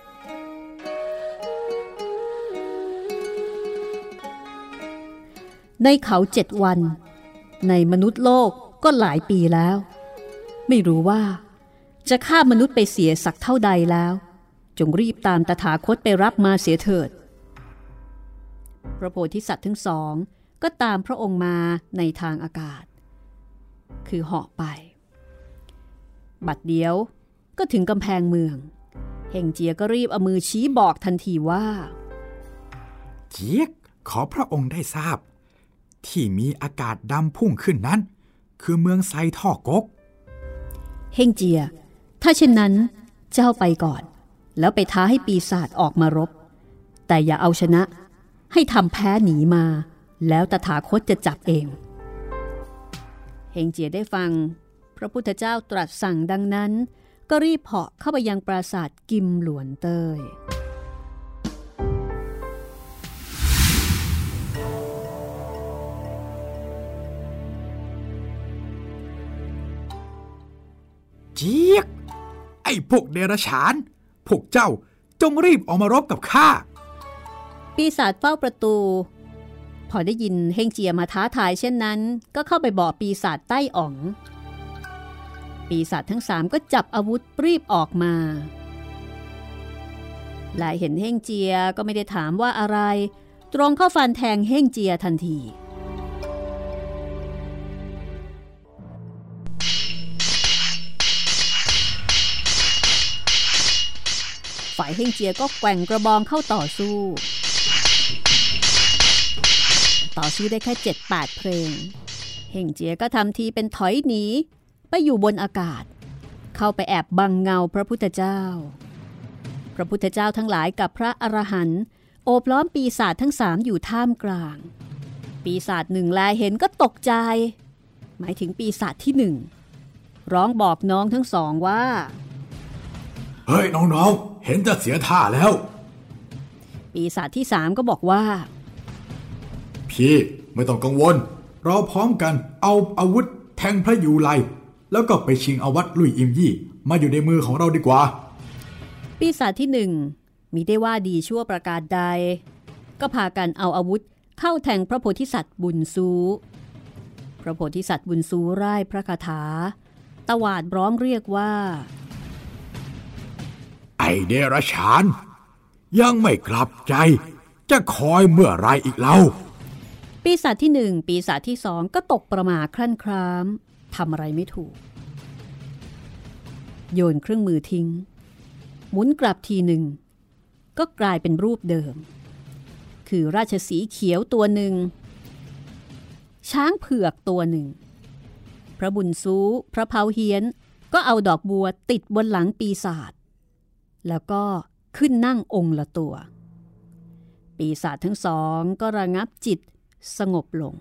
Speaker 2: ในเขาเจ็ดวันในมนุษย์โลกก็หลายปีแล้วไม่รู้ว่าจะฆ่ามนุษย์ไปเสียสักเท่าใดแล้วจงรีบตามตถาคตไปรับมาเสียเถิดพระโพธิสัตว์ทั้งสองก็ตามพระองค์มาในทางอากาศคือเหาะไปบัดเดียวก็ถึงกำแพงเมืองเฮงเจียก็รีบเอามือชี้บอกทันทีว่า
Speaker 3: เจียกขอพระองค์ได้ทราบที่มีอากาศดำพุ่งขึ้นนั้นคือเมืองไซท่อกก
Speaker 2: เฮงเจียถ้าเช่นนั้นเจ้าไปก่อนแล้วไปท้าให้ปีศาจออกมารบแต่อย่าเอาชนะให้ทำแพ้หนีมาแล้วตถาคตจะจับเองเฮงเจียได้ฟังพระพุทธเจ้าตรัสสั่งดังนั้นก็รีบเหาะเข้าไปยังปราสาทกิมหลวนเต้ย
Speaker 3: เจี๊ยกไอ้พวกเดรัจฉานพวกเจ้าจงรีบออกมารบกับข้า
Speaker 2: ปีศาจเฝ้าประตูพอได้ยินเฮงเจียมาท้าทายเช่นนั้นก็เข้าไปบอกปีศาจใต้อ๋องปีศาจทั้งสามก็จับอาวุธรีบออกมาหลายเห็นเฮงเจียก็ไม่ได้ถามว่าอะไรตรงเข้าฟันแทงเฮงเจียทันทีฝ่ายเฮงเจียก็แกว่งกระบองเข้าต่อสู้ต่อสู้ได้แค่เจ็ดแปดเพลงเฮงเจียก็ทำทีเป็นถอยหนีไปอยู่บนอากาศเข้าไปแอบบังเงาพระพุทธเจ้าพระพุทธเจ้าทั้งหลายกับพระอรหันต์โอบล้อมปีศาจทั้งสามอยู่ท่ามกลางปีศาจหนึ่งแลเห็นก็ตกใจหมายถึงปีศาจที่หนึ่งร้องบอกน้องทั้งสองว่า
Speaker 3: เฮ้ยน้องๆเห็นจะเสียท่าแล้ว
Speaker 2: ปีศาจที่สามก็บอกว่า
Speaker 3: พี่ไม่ต้องกังวลเราพร้อมกันเอาอาวุธแทงพระยูไลแล้วก็ไปชิงอาวัตลุยอิมยี่มาอยู่ในมือของเราดีกว่า
Speaker 2: ปีศาจที่หนึ่งมิได้ว่าดีชั่วประการใดก็พากันเอาอาวุธเข้าแทงพระโพธิสัตว์บุญซูพระโพธิสัตว์บุญซูร่ายพระคาถาตวาดร้องเรียกว่า
Speaker 3: ไอเดรัจฉานยังไม่กลับใจจะคอยเมื่อไรอีกเล่า
Speaker 2: ปีศาจที่หนึ่งปีศาจที่สองก็ตกประหม่าครั่นคร้ามทำอะไรไม่ถูกโยนเครื่องมือทิ้งหมุนกลับทีหนึ่งก็กลายเป็นรูปเดิมคือราชสีห์เขียวตัวหนึ่งช้างเผือกตัวหนึ่งพระบุญซูพระเผาเฮียนก็เอาดอกบัวติดบนหลังปีศาจแล้วก็ขึ้นนั่งองค์ละตัวปีศาจทั้งสองก็ระงับจิตสงบลง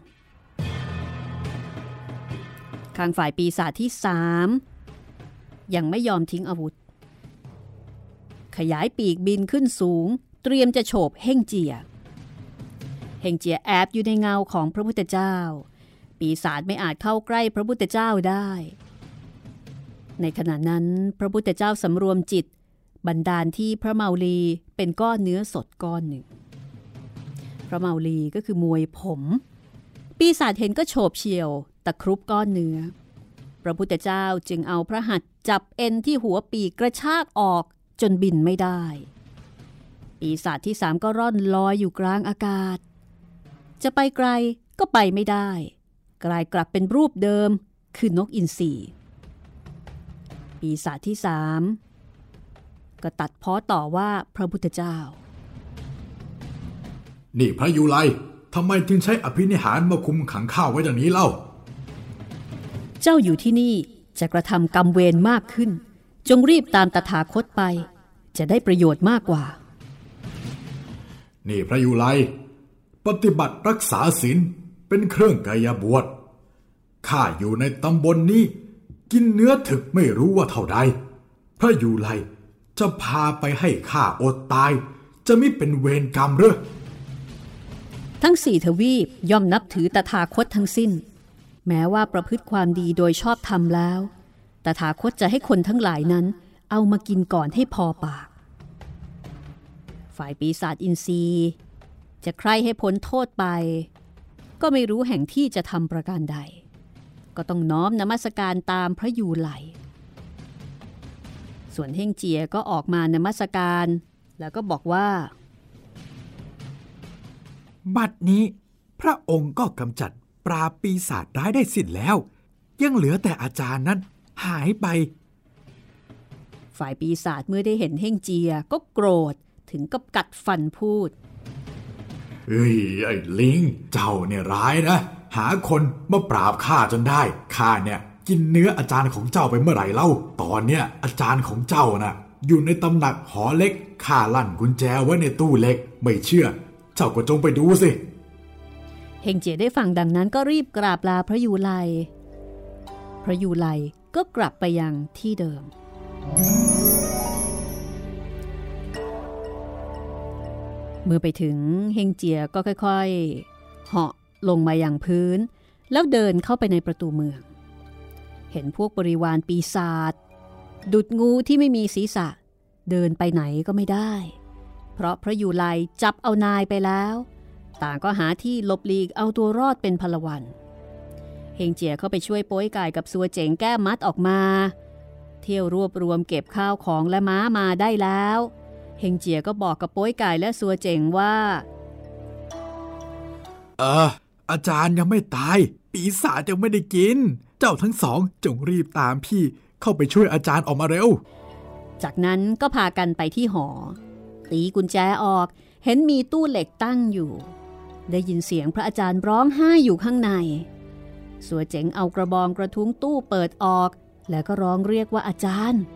Speaker 2: ข้างฝ่ายปีศาจที่สามยังไม่ยอมทิ้งอาวุธขยายปีกบินขึ้นสูงเตรียมจะโฉบเฮ่งเจียเฮ่งเจียแอบอยู่ในเงาของพระพุทธเจ้าปีศาจไม่อาจเข้าใกล้พระพุทธเจ้าได้ในขณะนั้นพระพุทธเจ้าสำรวมจิตบันดาลที่พระเมาลีเป็นก้อนเนื้อสดก้อนหนึ่งพระเมาลีก็คือมวยผมปีศาจเห็นก็โฉบเฉี่ยวตะครุบก้อนเนื้อพระพุทธเจ้าจึงเอาพระหัตถ์จับเอ็นที่หัวปีกกระชากออกจนบินไม่ได้ปีศาจที่สามก็ร่อนลอยอยู่กลางอากาศจะไปไกลก็ไปไม่ได้กลายกลับเป็นรูปเดิมคือนกอินทรีปีศาจที่สามก็ตัดพ้อต่อว่าพระพุทธเจ้า
Speaker 3: นี่พระยูไลทำไมถึงใช้อภินิหารมาคุมขังข้าไว้อย่างนี้เล่า
Speaker 2: เจ้าอยู่ที่นี่จะกระทำกรรมเวรมากขึ้นจงรีบตามตถาคตไปจะได้ประโยชน์มากกว่า
Speaker 3: นี่พระยูไลปฏิบัติรักษาศีลเป็นเครื่องกายบวชข้าอยู่ในตำบล น, นี้กินเนื้อถึกไม่รู้ว่าเท่าใดพระยูไลจะพาไปให้ข้าอดตายจะไม่เป็นเวรกรรมหรือ
Speaker 2: ทั้งสี่ทวีปย่อมนับถือตถาคตทั้งสิ้นแม้ว่าประพฤติความดีโดยชอบธรรมแล้วตถาคตจะให้คนทั้งหลายนั้นเอามากินก่อนให้พอปากฝ่ายปีศาจอินทรีจะใคร่ให้พ้นโทษไปก็ไม่รู้แห่งที่จะทำประการใดก็ต้องน้อมนมัสการตามพระยูไลส่วนเฮ่งเจียก็ออกมานมัสการแล้วก็บอกว่า
Speaker 3: บัดนี้พระองค์ก็กำจัดปราบปีศาจร้ายได้สิ้นแล้วยังเหลือแต่อาจารย์นั้นหายไป
Speaker 2: ฝ่ายปีศาจเมื่อได้เห็นเฮ่งเจียก็โกรธถึงกับกัดฟันพูด
Speaker 3: เฮ้ยไอ้ลิงเจ้าเนี่ยร้ายนะหาคนมาปราบข้าจนได้ข้าเนี่ยกินเนื้ออาจารย์ของเจ้าไปเมื่อไหร่เล่าตอนเนี้ยอาจารย์ของเจ้าน่ะอยู่ในตำหนักหอเล็กข้าลั่นกุญแจไว้ในตู้เล็กไม่เชื่อเจ้าก็จงไปดูสิ
Speaker 2: เฮงเจียได้ฟังดังนั้นก็รีบกราบลาพระยูไลพระยูไลก็กลับไปยังที่เดิมเมื่อไปถึงเฮงเจียก็ค่อยๆเหาะลงมายังพื้นแล้วเดินเข้าไปในประตูเมืองเห็นพวกบริวารปีศาจดุจงูที่ไม่มีศีรษะเดินไปไหนก็ไม่ได้เพราะพระยูไลจับเอานายไปแล้วต่างก็หาที่หลบหลีกเอาตัวรอดเป็นพลวันเฮงเจียเข้าไปช่วยโป้ยกายกับซัวเจ๋งแก้มัดออกมาเที่ยวรวบรวมเก็บข้าวของและม้ามาได้แล้วเฮงเจียก็บอกกับโป้ยกายและซัวเจ๋งว่า
Speaker 3: เอออาจารย์ยังไม่ตายปีศาจยังไม่ได้กินเจ้าทั้งสองจงรีบตามพี่เข้าไปช่วยอาจารย์ออกมาเร็ว
Speaker 2: จากนั้นก็พากันไปที่หอตีกุญแจออกเห็นมีตู้เหล็กตั้งอยู่ได้ยินเสียงพระอาจารย์ร้องไห้อยู่ข้างในสัวเจ๋งเอากระบองกระทุ้งตู้เปิดออกแล้วก็ร้องเรียกว่าอาจารย์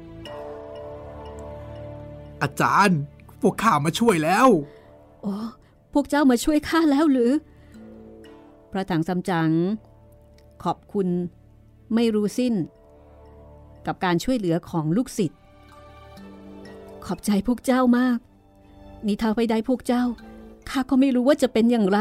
Speaker 3: อาจารย์พวกข้ามาช่วยแล้ว
Speaker 2: โอ้พวกเจ้ามาช่วยข้าแล้วหรือพระถังซัมจั๋งขอบคุณไม่รู้สิ้นกับการช่วยเหลือของลูกศิษย์ขอบใจพวกเจ้ามากนี่ถ้าไม่ได้พวกเจ้าข้าก็ไม่รู้ว่าจะเป็นอย่างไร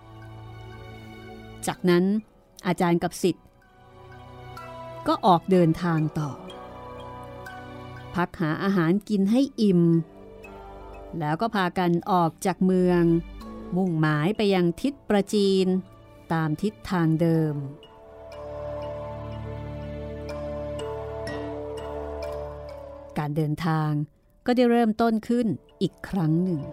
Speaker 2: จากนั้นอาจารย์กับศิษย์ก็ออกเดินทางต่อพักหาอาหารกินให้อิ่มแล้วก็พากันออกจากเมืองมุ่งหมายไปยังทิศประจีนตามทิศทางเดิมการเดินทางก็ได้เริ่มต้นขึ้นอีกครั้งหนึ่ง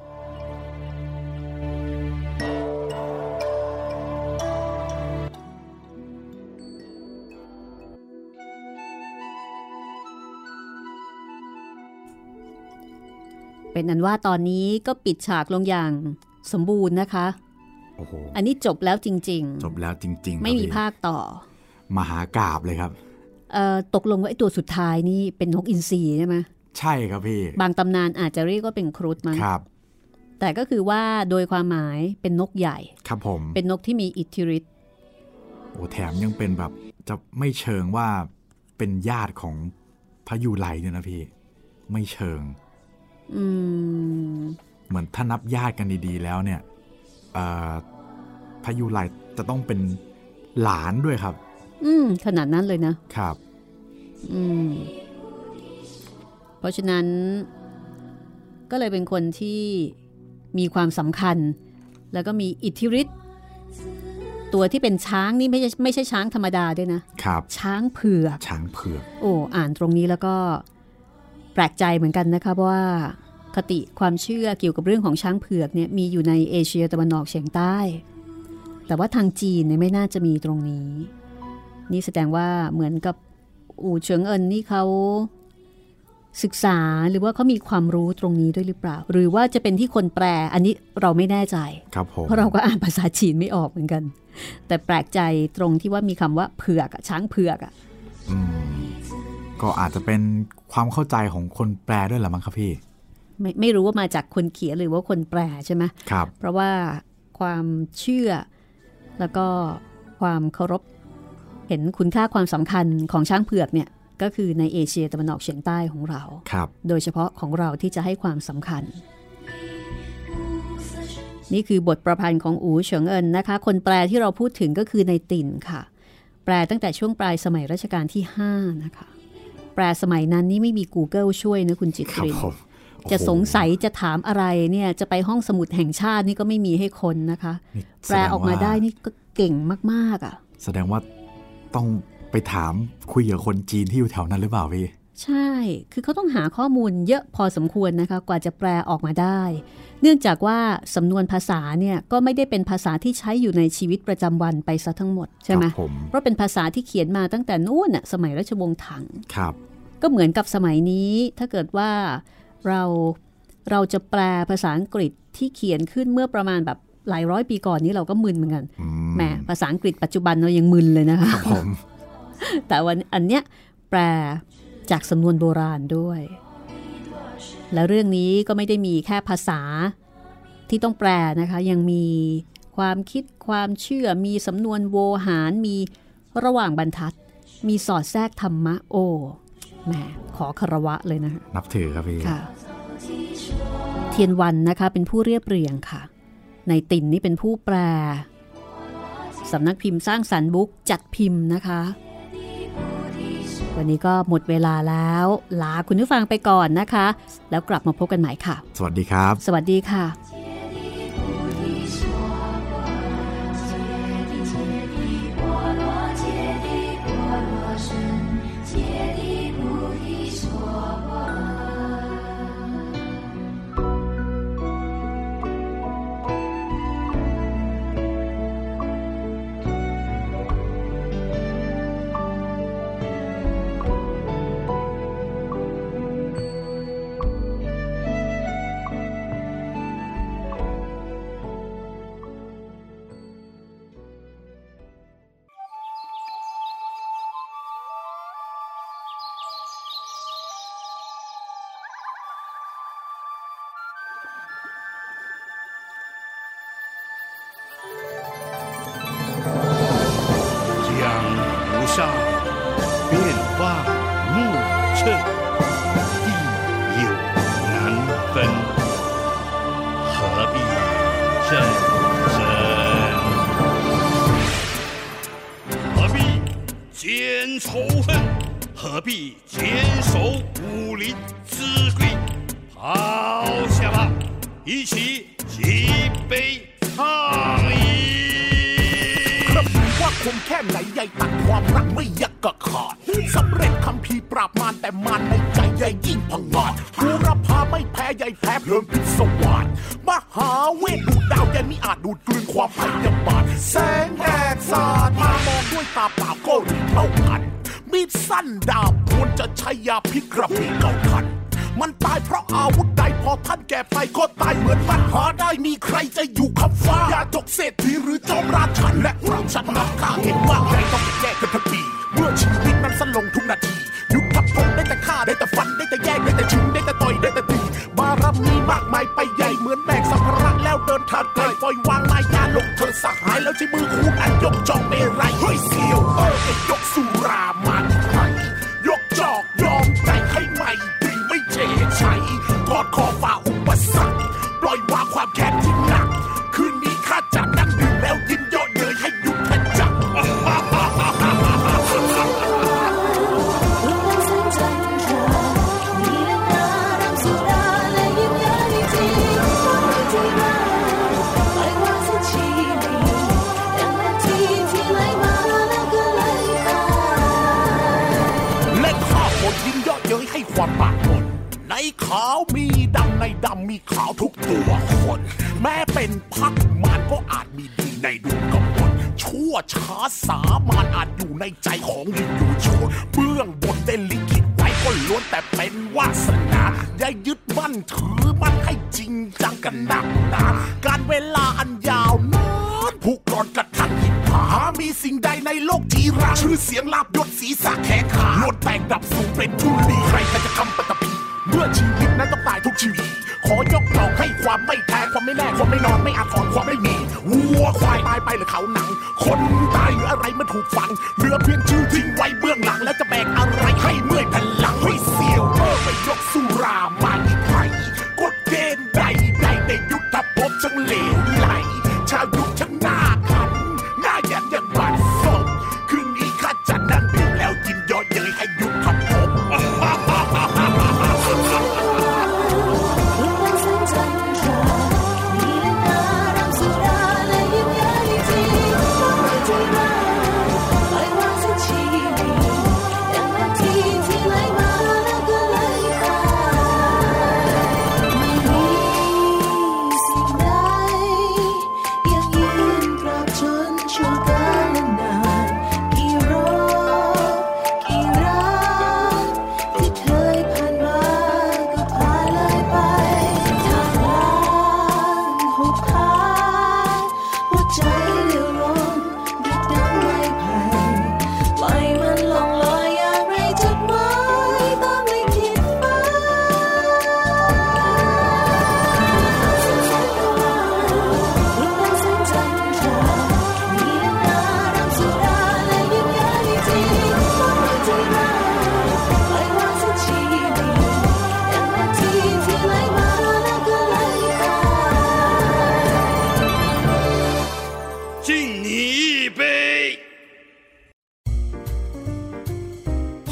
Speaker 2: เป็นอันว่าตอนนี้ก็ปิดฉากลงอย่างสมบูรณ์นะคะ
Speaker 1: โอ้โห
Speaker 2: อันนี้จบแล้วจริง
Speaker 1: ๆจบแล้วจริงๆ
Speaker 2: ไม่มีภาคต่อ
Speaker 1: มหากาพย์เลยครับ
Speaker 2: เอ่อตกลงว่าไอ้ตัวสุดท้ายนี่เป็นนกอินทรีใช่ไหม
Speaker 1: ใช่ครับพี่
Speaker 2: บางตำนานอาจจะเรียกว่าเป็นครุฑมั้ง
Speaker 1: ครับ
Speaker 2: แต่ก็คือว่าโดยความหมายเป็นนกใหญ่
Speaker 1: ครับผม
Speaker 2: เป็นนกที่มีอิทธิฤทธิ์
Speaker 1: โอ้แถมยังเป็นแบบจะไม่เชิงว่าเป็นญาติของพระยูไลเนี่ยนะพี่ไม่เชิง
Speaker 2: อืม
Speaker 1: เหมือนถ้านับญาติกันดีๆแล้วเนี่ยพระยูไลจะต้องเป็นหลานด้วยครับ
Speaker 2: อืมขนาดนั้นเลยนะครับอืมเพราะฉะนั้นก็เลยเป็นคนที่มีความสำคัญแล้วก็มีอิทธิฤทธิ์ตัวที่เป็นช้างนี่ไม่ใช่ไม่ใช่ช้างธรรมดาด้วยนะครับช้างเผือก
Speaker 1: ช้างเผือก
Speaker 2: โอ้อ่านตรงนี้แล้วก็แปลกใจเหมือนกันนะคะว่าคติความเชื่อเกี่ยวกับเรื่องของช้างเผือกเนี่ยมีอยู่ในเอเชียตะวันออกเฉียงใต้แต่ว่าทางจีนเนี่ยไม่น่าจะมีตรงนี้นี่แสดงว่าเหมือนกับอู่เฉิงเอินนี่เขาศึกษาหรือว่าเขามีความรู้ตรงนี้ด้วยหรือเปล่าหรือว่าจะเป็นที่คนแปลอันนี้เราไม่แน่ใจ
Speaker 1: ครับผม
Speaker 2: เพราะเราก็อ่านภาษาจีนไม่ออกเหมือนกันแต่แปลกใจตรงที่ว่ามีคำว่าเผือกช้างเผือกอ่ะ
Speaker 1: อืมก็อาจจะเป็นความเข้าใจของคนแปลด้วยแหละมั้งครับพี่
Speaker 2: ไม่ไม่รู้ว่ามาจากคนเขียนหรือว่าคนแปลใช่ไหม
Speaker 1: ครับ
Speaker 2: เพราะว่าความเชื่อแล้วก็ความเคารพเห็นคุณค่าความสำคัญของช้างเผือกเนี่ยก็คือในเอเชียตะวันออกเฉียงใต้ของเรา
Speaker 1: ครับ
Speaker 2: โดยเฉพาะของเราที่จะให้ความสำคัญนี่คือบทประพันธ์ของอู๋เฉิงเอินนะคะคนแปลที่เราพูดถึงก็คือในติ่นค่ะแปลตั้งแต่ช่วงปลายสมัยรัชกาลที่ห้านะคะแปลสมัยนั้นนี่ไม่มี Google ช่วยนะคุณจิตรินจะสงสัยจะถามอะไรเนี่ยจะไปห้องสมุดแห่งชาตินี่ก็ไม่มีให้คนนะคะแปลออกมาได้นี่ก็เก่งมากๆอ่ะ
Speaker 1: แสดงว่าต้องไปถามคุยกับคนจีนที่อยู่แถวนั้นหรือเปล่าพี่
Speaker 2: ใช่คือเขาต้องหาข้อมูลเยอะพอสมควรนะคะกว่าจะแปลออกมาได้เนื่องจากว่าสำนวนภาษาเนี่ยก็ไม่ได้เป็นภาษาที่ใช้อยู่ในชีวิตประจำวันไปซะทั้งหมดใช่ไหมเพราะเป็นภาษาที่เขียนมาตั้งแต่นู้นน่ะสมัยราชวงศ์ถัง
Speaker 1: ครับ
Speaker 2: ก็เหมือนกับสมัยนี้ถ้าเกิดว่าเราเราจะแปลภาษาอังกฤษที่เขียนขึ้นเมื่อประมาณแบบหลายร้อยปีก่อนนี้เราก็มึนเหมือนกันแหมภาษาอังกฤษปัจจุบันเรายังมึนเลยนะคะแต่วันอันเนี้ยแปลจากสำนวนโบราณด้วยแล้วเรื่องนี้ก็ไม่ได้มีแค่ภาษาที่ต้องแปลนะคะยังมีความคิดความเชื่อมีสำนวนโวหารมีระหว่างบรรทัดมีสอดแทรกธรรมะโอ้แหมขอคารวะเลยนะคะ
Speaker 1: นับถือครับพี่
Speaker 2: ค่ะเทียนวันนะคะเป็นผู้เรียบเรียงค่ะในติ่นนี่เป็นผู้แปลสำนักพิมพ์สร้างสรรค์บุ๊กจัดพิมพ์นะคะวันนี้ก็หมดเวลาแล้วลาคุณผู้ฟังไปก่อนนะคะแล้วกลับมาพบกันใหม่ค่ะ
Speaker 1: สวัสดีครับ
Speaker 2: สวัสดีค่ะ
Speaker 6: 何必坚守武林之规？好下吧，一起举杯畅饮。
Speaker 7: กระบี่ว่าคมแค่ไหนใหญ่ตัดความรักไม่ยักกะขาดสำเร็จคำพีปราบมารแต่มารในใจใหญ่ยิ่งพังงาดบูรพาไม่แพ้ใหญ่แพ้เพลิงพิศวาสมหาเวทดูดดาวใหญ่มิอาจดูดกลืนความพยาบาทแสงแดดสาดมามองด้วยตาเปล่าก็รู้เท่ากันมีดสั้นดาบควรจะใช้ยาพิษกระบี่เก่าทันมันตายเพราะอาวุธใดพอท่านแก่ไปก็ตายเหมือนมันหาได้มีใครจะอยู่ขับฟ้ายาจกเศรษฐีหรือจอมราชันและเราชนะข้าเห็นว่าใครต้องแยกกันทั้งปีเมื่อชีวิตนั้นสั้นลงทุกนาทียุคทับพงได้แต่ฆ่าได้แต่ฟันได้แต่แยกได้แต่ชิงได้แต่ต่อยได้แต่ตีบารมีมากมายไปใหญ่เหมือนแบกสัมภาระแล้วเดินทางไกลปล่อยวางมายาลงเธอสหายแล้วใช้มือคูณอันยกจอกเมรัยเฮ้ยเสียวเออไอ้ยกสุรามันไทยยกจอกยอมใจให้ไม่ดีไม่เฉยใช้กอดคอฝ่าอุปสรรคปล่อยวางความแค้นที่หนักคืนนี้ข้าจะนั่งดื่มแล้วยิ้มเยาะเย้ยให้หยุดทันจักให้ความบาดหมดในขาวมีดำในดำมีขาวทุกตัวคนแม้เป็นพักมารก็อาจมีดีในดวงกำมลชั่วช้าสามารอาจอยู่ในใจของยิ่งอยู่ชนเบื้องบนได้ลิขิตไว้ก็ล้วนแต่เป็นวาสนาอย่ายึดมั่นถือมั่นให้จริงจังกันหนักหนาการเวลาอันยาวนานผู้กรกระทั่งหินผามีสิ่งใดในโลกจีราชื่อเสียงลาบยศศีรษะแขนขาล้วนแตกดับสูญเป็นทุลีใครจะทำปฐพีเมื่อชีวิตนั้นต้องตายทุกชีวิตขอยกดอกให้ความไม่แท้ความไม่แน่ความไม่นอนไม่อาจถอนความไม่มีวัวควายตายไปหรือเขาหนังคนตายหรืออะไรมันถูกฝังเหลือเพียงชื่อทิ้งไว้เบื้องหลังแล้วจะแบกอะไรให้เมื่อยแผ่นหลังให้เสียวเออไปยกสุรามาอีกไทยกฎเกณฑ์ใดใดในยุทธภพช่างเหลวไหลชาวยุคช่างหน้าขันหน้ายันยังบาดซบคืนนี้ข้าจะนั่งดื่มแล้วกินย่อเย้ยให้ยุทธภพ
Speaker 8: 来化作凄厉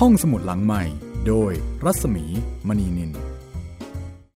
Speaker 8: ห้องสมุดหลังใหม่โดยรัศมีมณีนิน